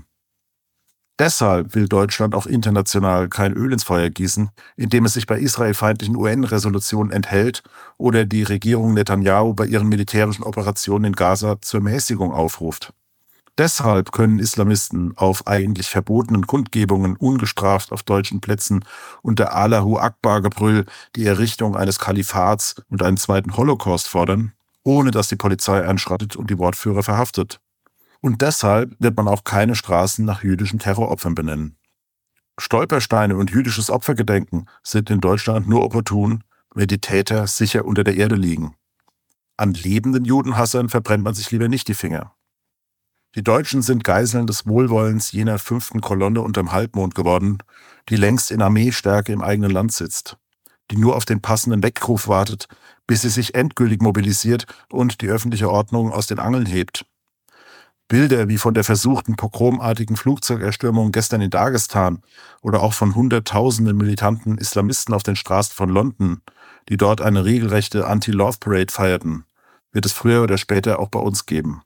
Deshalb will Deutschland auch international kein Öl ins Feuer gießen, indem es sich bei israelfeindlichen U N-Resolutionen enthält oder die Regierung Netanyahu bei ihren militärischen Operationen in Gaza zur Mäßigung aufruft. Deshalb können Islamisten auf eigentlich verbotenen Kundgebungen ungestraft auf deutschen Plätzen unter Allahu Akbar-Gebrüll die Errichtung eines Kalifats und einen zweiten Holocaust fordern, ohne dass die Polizei einschreitet und die Wortführer verhaftet. Und deshalb wird man auch keine Straßen nach jüdischen Terroropfern benennen. Stolpersteine und jüdisches Opfergedenken sind in Deutschland nur opportun, wenn die Täter sicher unter der Erde liegen. An lebenden Judenhassern verbrennt man sich lieber nicht die Finger. Die Deutschen sind Geiseln des Wohlwollens jener fünften Kolonne unterm Halbmond geworden, die längst in Armeestärke im eigenen Land sitzt, die nur auf den passenden Weckruf wartet, bis sie sich endgültig mobilisiert und die öffentliche Ordnung aus den Angeln hebt. Bilder wie von der versuchten pogromartigen Flugzeugerstürmung gestern in Dagestan oder auch von hunderttausenden militanten Islamisten auf den Straßen von London, die dort eine regelrechte Anti-Love-Parade feierten, wird es früher oder später auch bei uns geben.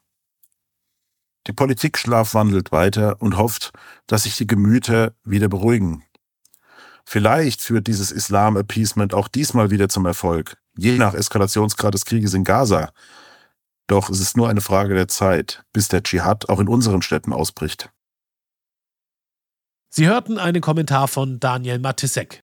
Die Politik schlafwandelt weiter und hofft, dass sich die Gemüter wieder beruhigen. Vielleicht führt dieses Islam-Appeasement auch diesmal wieder zum Erfolg, je nach Eskalationsgrad des Krieges in Gaza. Doch es ist nur eine Frage der Zeit, bis der Dschihad auch in unseren Städten ausbricht. Sie hörten einen Kommentar von Daniel Matysek.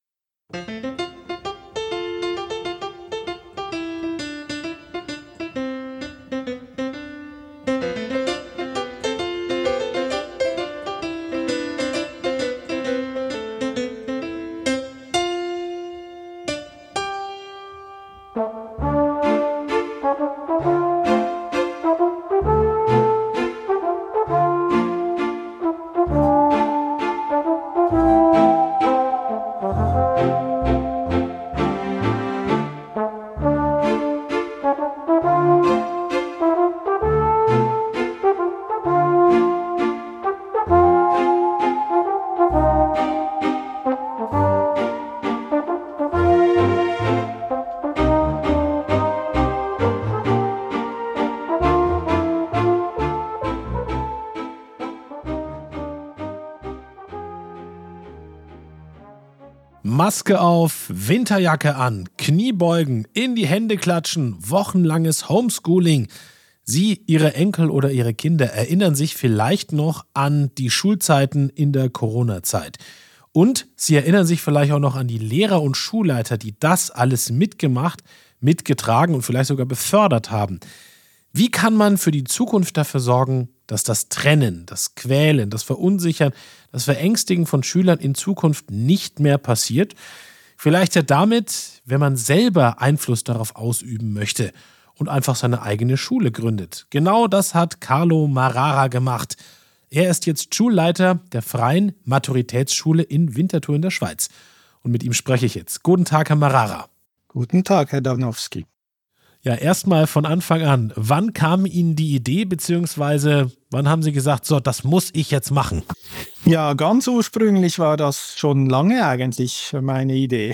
Maske auf, Winterjacke an, Kniebeugen, in die Hände klatschen, wochenlanges Homeschooling. Sie, Ihre Enkel oder Ihre Kinder erinnern sich vielleicht noch an die Schulzeiten in der Corona-Zeit. Und Sie erinnern sich vielleicht auch noch an die Lehrer und Schulleiter, die das alles mitgemacht, mitgetragen und vielleicht sogar befördert haben. Wie kann man für die Zukunft dafür sorgen, dass das Trennen, das Quälen, das Verunsichern, das Verängstigen von Schülern in Zukunft nicht mehr passiert? Vielleicht ja damit, wenn man selber Einfluss darauf ausüben möchte und einfach seine eigene Schule gründet. Genau das hat Carlo Marrara gemacht. Er ist jetzt Schulleiter der Freien Maturitätsschule in Winterthur in der Schweiz. Und mit ihm spreche ich jetzt. Guten Tag, Herr Marrara. Guten Tag, Herr Dawnowski. Ja, erstmal von Anfang an. Wann kam Ihnen die Idee, beziehungsweise wann haben Sie gesagt, so, das muss ich jetzt machen? Ja, ganz ursprünglich war das schon lange eigentlich meine Idee,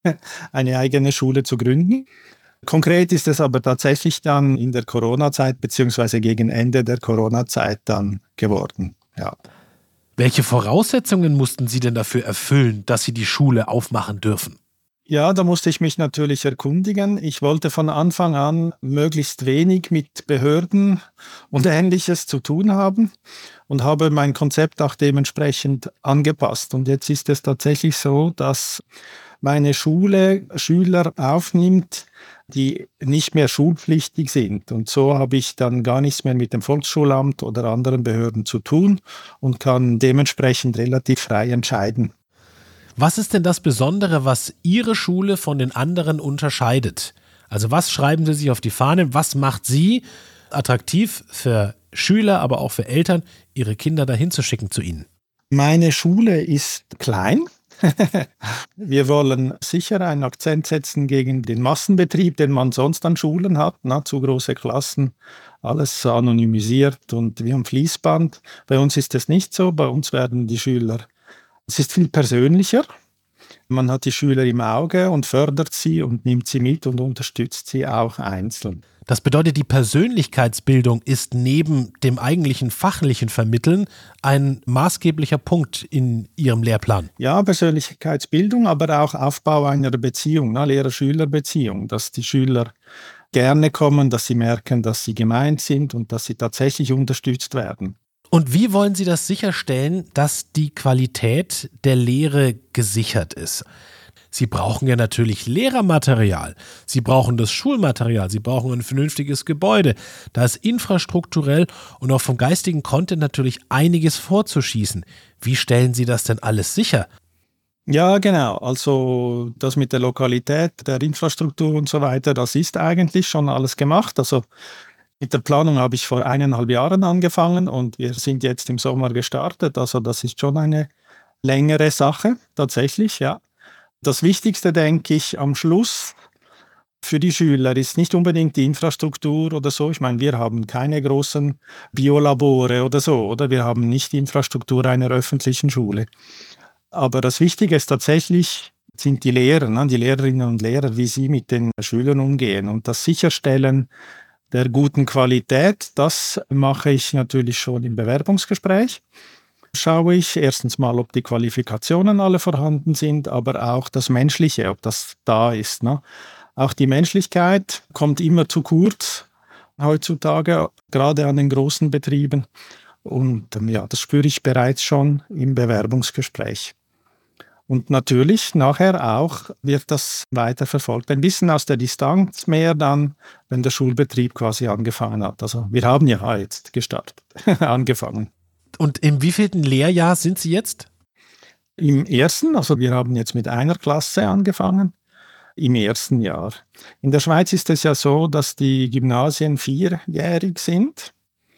eine eigene Schule zu gründen. Konkret ist es aber tatsächlich dann in der Corona-Zeit, beziehungsweise gegen Ende der Corona-Zeit dann geworden, ja. Welche Voraussetzungen mussten Sie denn dafür erfüllen, dass Sie die Schule aufmachen dürfen? Ja, da musste ich mich natürlich erkundigen. Ich wollte von Anfang an möglichst wenig mit Behörden und Ähnliches zu tun haben und habe mein Konzept auch dementsprechend angepasst. Und jetzt ist es tatsächlich so, dass meine Schule Schüler aufnimmt, die nicht mehr schulpflichtig sind. Und so habe ich dann gar nichts mehr mit dem Volksschulamt oder anderen Behörden zu tun und kann dementsprechend relativ frei entscheiden. Was ist denn das Besondere, was Ihre Schule von den anderen unterscheidet? Also was schreiben Sie sich auf die Fahne? Was macht Sie attraktiv für Schüler, aber auch für Eltern, ihre Kinder dahin zu schicken zu Ihnen? Meine Schule ist klein. Wir wollen sicher einen Akzent setzen gegen den Massenbetrieb, den man sonst an Schulen hat. Na, zu große Klassen, alles anonymisiert und wie am Fließband. Bei uns ist es nicht so. Bei uns werden die Schüler, es ist viel persönlicher. Man hat die Schüler im Auge und fördert sie und nimmt sie mit und unterstützt sie auch einzeln. Das bedeutet, die Persönlichkeitsbildung ist neben dem eigentlichen fachlichen Vermitteln ein maßgeblicher Punkt in Ihrem Lehrplan. Ja, Persönlichkeitsbildung, aber auch Aufbau einer Beziehung, ne, Lehrer-Schüler-Beziehung, dass die Schüler gerne kommen, dass sie merken, dass sie gemeint sind und dass sie tatsächlich unterstützt werden. Und wie wollen Sie das sicherstellen, dass die Qualität der Lehre gesichert ist? Sie brauchen ja natürlich Lehrermaterial, Sie brauchen das Schulmaterial, Sie brauchen ein vernünftiges Gebäude. Da ist infrastrukturell und auch vom geistigen Content natürlich einiges vorzuschießen. Wie stellen Sie das denn alles sicher? Ja, genau. Also das mit der Lokalität, der Infrastruktur und so weiter, das ist eigentlich schon alles gemacht. Also mit der Planung habe ich vor eineinhalb Jahren angefangen und wir sind jetzt im Sommer gestartet. Also das ist schon eine längere Sache, tatsächlich, ja. Das Wichtigste, denke ich, am Schluss für die Schüler ist nicht unbedingt die Infrastruktur oder so. Ich meine, wir haben keine großen Biolabore oder so, oder wir haben nicht die Infrastruktur einer öffentlichen Schule. Aber das Wichtige ist tatsächlich, sind die Lehrer, ne? Die Lehrerinnen und Lehrer, wie sie mit den Schülern umgehen. Und das Sicherstellen der guten Qualität, das mache ich natürlich schon im Bewerbungsgespräch. Schaue ich erstens mal, ob die Qualifikationen alle vorhanden sind, aber auch das Menschliche, ob das da ist. Ne? Auch die Menschlichkeit kommt immer zu kurz heutzutage, gerade an den großen Betrieben. Und ja, das spüre ich bereits schon im Bewerbungsgespräch. Und natürlich nachher auch wird das weiter verfolgt. Ein bisschen aus der Distanz mehr dann, wenn der Schulbetrieb quasi angefangen hat. Also wir haben ja jetzt gestartet, angefangen. Und im wievielten Lehrjahr sind Sie jetzt? Im ersten, also wir haben jetzt mit einer Klasse angefangen, im ersten Jahr. In der Schweiz ist es ja so, dass die Gymnasien vierjährig sind.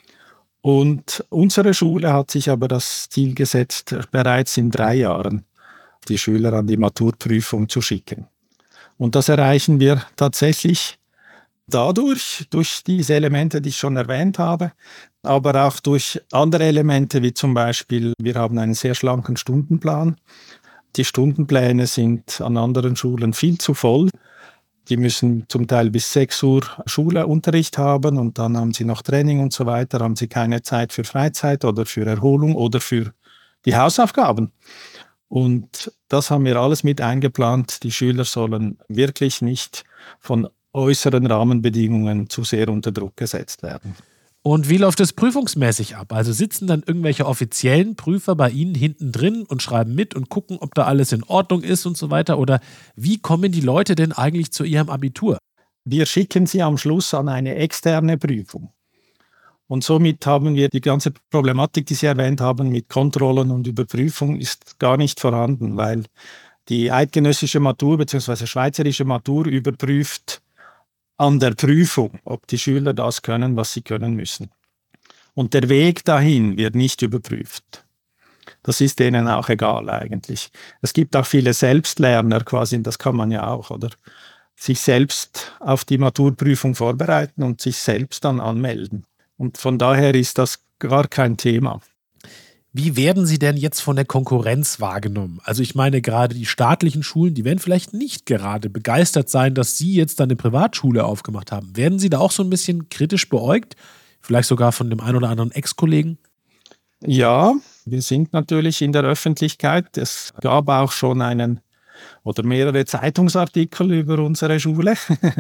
Und unsere Schule hat sich aber das Ziel gesetzt, bereits in drei Jahren die Schüler an die Maturprüfung zu schicken. Und das erreichen wir tatsächlich dadurch, durch diese Elemente, die ich schon erwähnt habe, aber auch durch andere Elemente, wie zum Beispiel, wir haben einen sehr schlanken Stundenplan. Die Stundenpläne sind an anderen Schulen viel zu voll. Die müssen zum Teil bis sechs Uhr Schulunterricht haben und dann haben sie noch Training und so weiter, haben sie keine Zeit für Freizeit oder für Erholung oder für die Hausaufgaben. Und das haben wir alles mit eingeplant. Die Schüler sollen wirklich nicht von äußeren Rahmenbedingungen zu sehr unter Druck gesetzt werden. Und wie läuft es prüfungsmäßig ab? Also sitzen dann irgendwelche offiziellen Prüfer bei Ihnen hinten drin und schreiben mit und gucken, ob da alles in Ordnung ist und so weiter? Oder wie kommen die Leute denn eigentlich zu ihrem Abitur? Wir schicken sie am Schluss an eine externe Prüfung. Und somit haben wir die ganze Problematik, die Sie erwähnt haben, mit Kontrollen und Überprüfung ist gar nicht vorhanden, weil die eidgenössische Matur bzw. schweizerische Matur überprüft an der Prüfung, ob die Schüler das können, was sie können müssen. Und der Weg dahin wird nicht überprüft. Das ist denen auch egal eigentlich. Es gibt auch viele Selbstlerner quasi, das kann man ja auch, oder? Sich selbst auf die Maturprüfung vorbereiten und sich selbst dann anmelden. Und von daher ist das gar kein Thema. Wie werden Sie denn jetzt von der Konkurrenz wahrgenommen? Also ich meine, gerade die staatlichen Schulen, die werden vielleicht nicht gerade begeistert sein, dass Sie jetzt dann eine Privatschule aufgemacht haben. Werden Sie da auch so ein bisschen kritisch beäugt? Vielleicht sogar von dem einen oder anderen Ex-Kollegen? Ja, wir sind natürlich in der Öffentlichkeit. Es gab auch schon einen oder mehrere Zeitungsartikel über unsere Schule.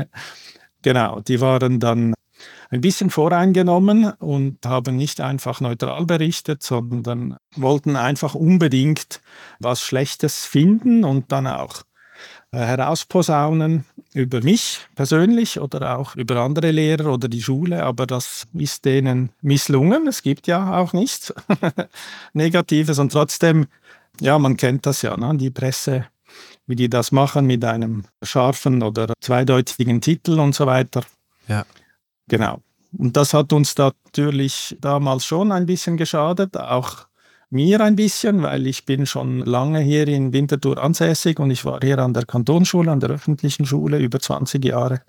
Genau, die waren dann ein bisschen voreingenommen und haben nicht einfach neutral berichtet, sondern wollten einfach unbedingt was Schlechtes finden und dann auch äh, herausposaunen über mich persönlich oder auch über andere Lehrer oder die Schule, aber das ist denen misslungen. Es gibt ja auch nichts Negatives und trotzdem, ja, man kennt das ja, ne? Die Presse, wie die das machen mit einem scharfen oder zweideutigen Titel und so weiter. Ja. Genau. Und das hat uns natürlich damals schon ein bisschen geschadet, auch mir ein bisschen, weil ich bin schon lange hier in Winterthur ansässig und ich war hier an der Kantonsschule, an der öffentlichen Schule über zwanzig Jahre.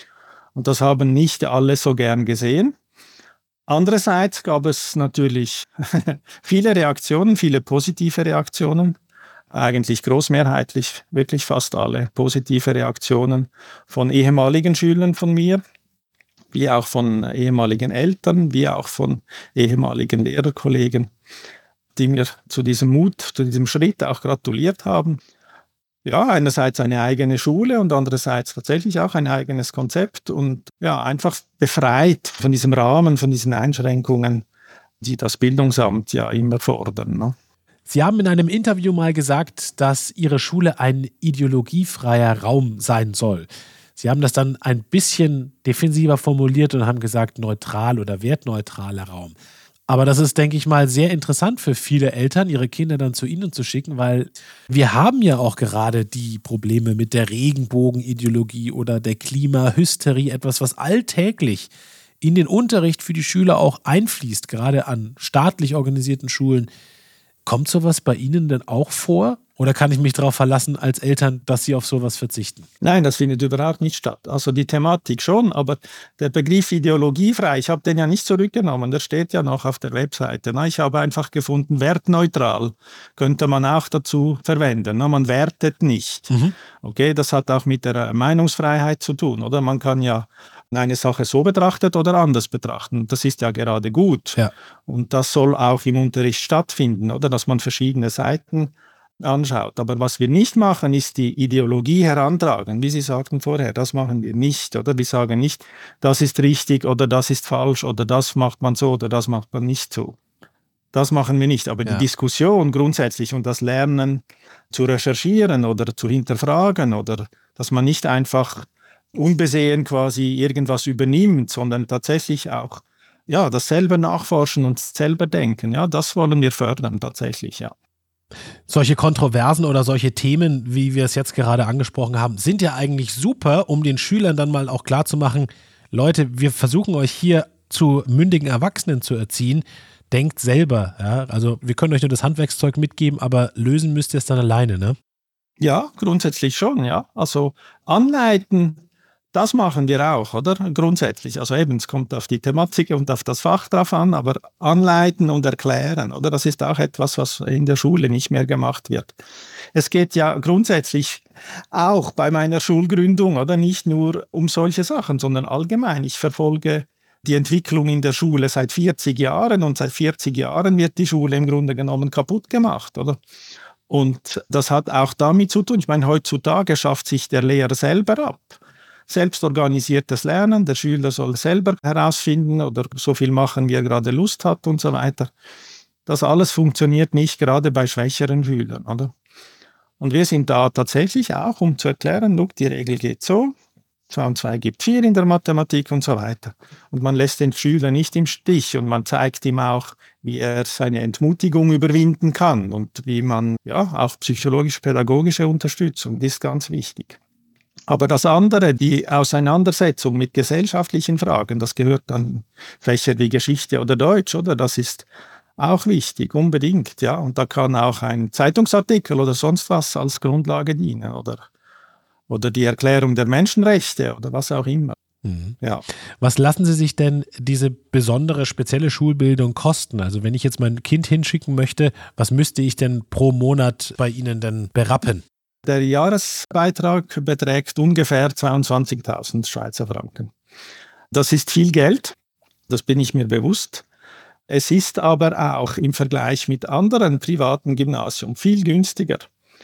Und das haben nicht alle so gern gesehen. Andererseits gab es natürlich viele Reaktionen, viele positive Reaktionen. Eigentlich großmehrheitlich, wirklich fast alle positive Reaktionen von ehemaligen Schülern von mir, wie auch von ehemaligen Eltern, wie auch von ehemaligen Lehrerkollegen, die mir zu diesem Mut, zu diesem Schritt auch gratuliert haben. Ja, einerseits eine eigene Schule und andererseits tatsächlich auch ein eigenes Konzept und ja, einfach befreit von diesem Rahmen, von diesen Einschränkungen, die das Bildungsamt ja immer fordern, ne? Sie haben in einem Interview mal gesagt, dass Ihre Schule ein ideologiefreier Raum sein soll. Sie haben das dann ein bisschen defensiver formuliert und haben gesagt, neutral oder wertneutraler Raum. Aber das ist, denke ich mal, sehr interessant für viele Eltern, ihre Kinder dann zu Ihnen zu schicken, weil wir haben ja auch gerade die Probleme mit der Regenbogenideologie oder der Klimahysterie, etwas, was alltäglich in den Unterricht für die Schüler auch einfließt, gerade an staatlich organisierten Schulen. Kommt sowas bei Ihnen denn auch vor? Oder kann ich mich darauf verlassen als Eltern, dass Sie auf sowas verzichten? Nein, das findet überhaupt nicht statt. Also die Thematik schon, aber der Begriff ideologiefrei, ich habe den ja nicht zurückgenommen, der steht ja noch auf der Webseite. Ich habe einfach gefunden, wertneutral könnte man auch dazu verwenden. Man wertet nicht. Mhm. Okay, das hat auch mit der Meinungsfreiheit zu tun, oder? Man kann ja eine Sache so betrachtet oder anders betrachten. Das ist ja gerade gut. Ja. Und das soll auch im Unterricht stattfinden, oder? Dass man verschiedene Seiten anschaut. Aber was wir nicht machen, ist die Ideologie herantragen. Wie Sie sagten vorher, das machen wir nicht. Oder wir sagen nicht, das ist richtig oder das ist falsch oder das macht man so oder das macht man nicht so. Das machen wir nicht. Aber ja, die Diskussion grundsätzlich und das Lernen zu recherchieren oder zu hinterfragen oder dass man nicht einfach unbesehen quasi irgendwas übernimmt, sondern tatsächlich auch ja, das selber nachforschen und selber denken. Ja, das wollen wir fördern tatsächlich, ja. Solche Kontroversen oder solche Themen, wie wir es jetzt gerade angesprochen haben, sind ja eigentlich super, um den Schülern dann mal auch klarzumachen, Leute, wir versuchen euch hier zu mündigen Erwachsenen zu erziehen, denkt selber. Ja? Also wir können euch nur das Handwerkszeug mitgeben, aber lösen müsst ihr es dann alleine, ne? Ja, grundsätzlich schon, ja. Also anleiten, das machen wir auch, oder? Grundsätzlich. Also eben, es kommt auf die Thematik und auf das Fach drauf an, aber anleiten und erklären, oder? Das ist auch etwas, was in der Schule nicht mehr gemacht wird. Es geht ja grundsätzlich auch bei meiner Schulgründung, oder? Nicht nur um solche Sachen, sondern allgemein. Ich verfolge die Entwicklung in der Schule seit vierzig Jahren und seit vierzig Jahren wird die Schule im Grunde genommen kaputt gemacht, oder? Und das hat auch damit zu tun. Ich meine, heutzutage schafft sich der Lehrer selber ab. Selbstorganisiertes Lernen, der Schüler soll selber herausfinden oder so viel machen, wie er gerade Lust hat und so weiter. Das alles funktioniert nicht, gerade bei schwächeren Schülern, oder? Und wir sind da tatsächlich auch, um zu erklären, look, die Regel geht so, zwei und zwei gibt vier in der Mathematik und so weiter. Und man lässt den Schüler nicht im Stich und man zeigt ihm auch, wie er seine Entmutigung überwinden kann und wie man, ja, auch psychologisch-pädagogische Unterstützung, das ist ganz wichtig. Aber das andere, die Auseinandersetzung mit gesellschaftlichen Fragen, das gehört dann Fächer wie Geschichte oder Deutsch, oder? Das ist auch wichtig, unbedingt, ja. Und da kann auch ein Zeitungsartikel oder sonst was als Grundlage dienen, oder, oder die Erklärung der Menschenrechte oder was auch immer. Mhm. Ja. Was lassen Sie sich denn diese besondere, spezielle Schulbildung kosten? Also wenn ich jetzt mein Kind hinschicken möchte, was müsste ich denn pro Monat bei Ihnen denn berappen? Der Jahresbeitrag beträgt ungefähr zweiundzwanzigtausend Schweizer Franken. Das ist viel Geld, das bin ich mir bewusst. Es ist aber auch im Vergleich mit anderen privaten Gymnasien viel günstiger.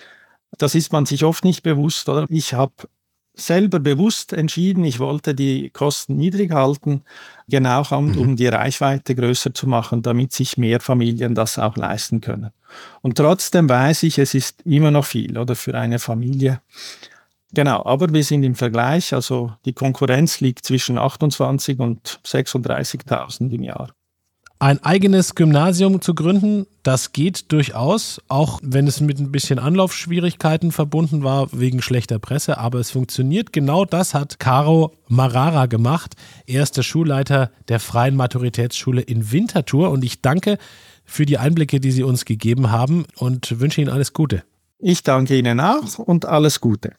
Das ist man sich oft nicht bewusst, oder? Ich habe selber bewusst entschieden, ich wollte die Kosten niedrig halten, genau um, um die Reichweite größer zu machen, damit sich mehr Familien das auch leisten können. Und trotzdem weiß ich, es ist immer noch viel, oder, für eine Familie. Genau, aber wir sind im Vergleich, also die Konkurrenz liegt zwischen achtundzwanzigtausend und sechsunddreißigtausend im Jahr. Ein eigenes Gymnasium zu gründen, das geht durchaus, auch wenn es mit ein bisschen Anlaufschwierigkeiten verbunden war wegen schlechter Presse, aber es funktioniert. Genau das hat Caro Marara gemacht. Er ist der Schulleiter der Freien Maturitätsschule in Winterthur und ich danke für die Einblicke, die Sie uns gegeben haben und wünsche Ihnen alles Gute. Ich danke Ihnen auch und alles Gute.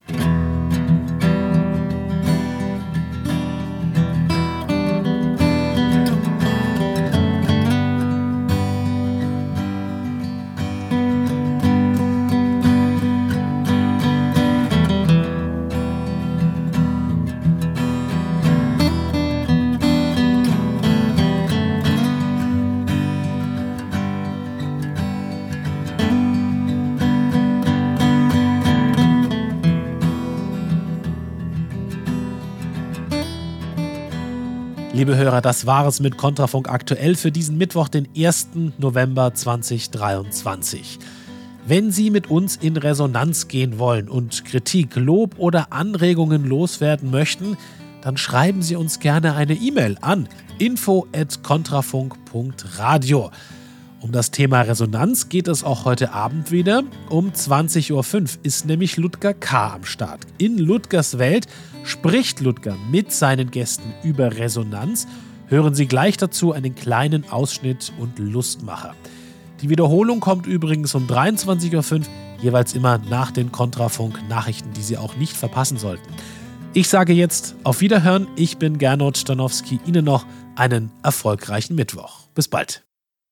Liebe Hörer, das war es mit Kontrafunk aktuell für diesen Mittwoch, den ersten November zweitausenddreiundzwanzig. Wenn Sie mit uns in Resonanz gehen wollen und Kritik, Lob oder Anregungen loswerden möchten, dann schreiben Sie uns gerne eine E-Mail an info at kontrafunk punkt radio. Um das Thema Resonanz geht es auch heute Abend wieder. Um zwanzig Uhr fünf ist nämlich Ludger K. am Start. In Ludgers Welt spricht Ludger mit seinen Gästen über Resonanz. Hören Sie gleich dazu einen kleinen Ausschnitt und Lustmacher. Die Wiederholung kommt übrigens um dreiundzwanzig Uhr fünf, jeweils immer nach den Kontrafunk-Nachrichten, die Sie auch nicht verpassen sollten. Ich sage jetzt auf Wiederhören. Ich bin Gernot Stanowski. Ihnen noch einen erfolgreichen Mittwoch. Bis bald.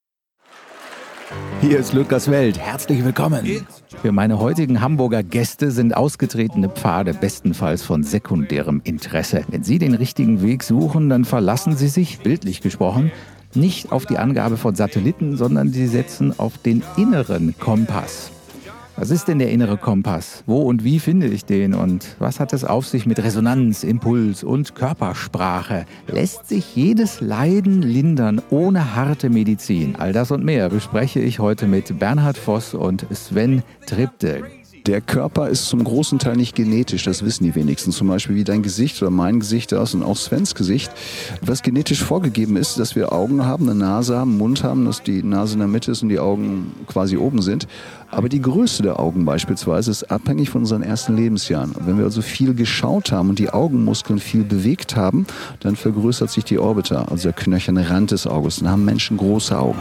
Hier ist Ludgers Welt. Herzlich willkommen. Für meine heutigen Hamburger Gäste sind ausgetretene Pfade bestenfalls von sekundärem Interesse. Wenn Sie den richtigen Weg suchen, dann verlassen Sie sich, bildlich gesprochen, nicht auf die Angabe von Satelliten, sondern Sie setzen auf den inneren Kompass. Was ist denn der innere Kompass? Wo und wie finde ich den? Und was hat es auf sich mit Resonanz, Impuls und Körpersprache? Lässt sich jedes Leiden lindern ohne harte Medizin? All das und mehr bespreche ich heute mit Bernhard Voss und Sven Tripte. Der Körper ist zum großen Teil nicht genetisch, das wissen die wenigsten. Zum Beispiel wie dein Gesicht oder mein Gesicht aus und auch Svens Gesicht. Was genetisch vorgegeben ist, dass wir Augen haben, eine Nase haben, einen Mund haben, dass die Nase in der Mitte ist und die Augen quasi oben sind. Aber die Größe der Augen beispielsweise ist abhängig von unseren ersten Lebensjahren. Und wenn wir also viel geschaut haben und die Augenmuskeln viel bewegt haben, dann vergrößert sich die Orbita, also der knöcherne Rand des Auges. Dann haben Menschen große Augen.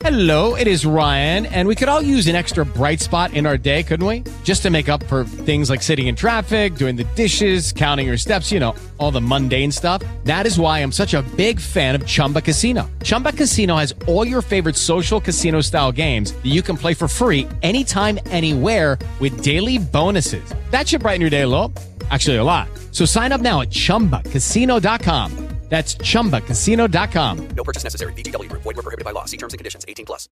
Hello, it is Ryan, and we could all use an extra bright spot in our day, couldn't we? Just to make up for things like sitting in traffic, doing the dishes, counting your steps, you know, all the mundane stuff. That is why I'm such a big fan of Chumba Casino. Chumba Casino has all your favorite social casino-style games that you can play for free anytime, anywhere with daily bonuses. That should brighten your day a little. Actually, a lot. So sign up now at chumba casino dot com. That's chumba casino dot com. No purchase necessary. V G W Group. Void where prohibited by law. See terms and conditions. eighteen plus.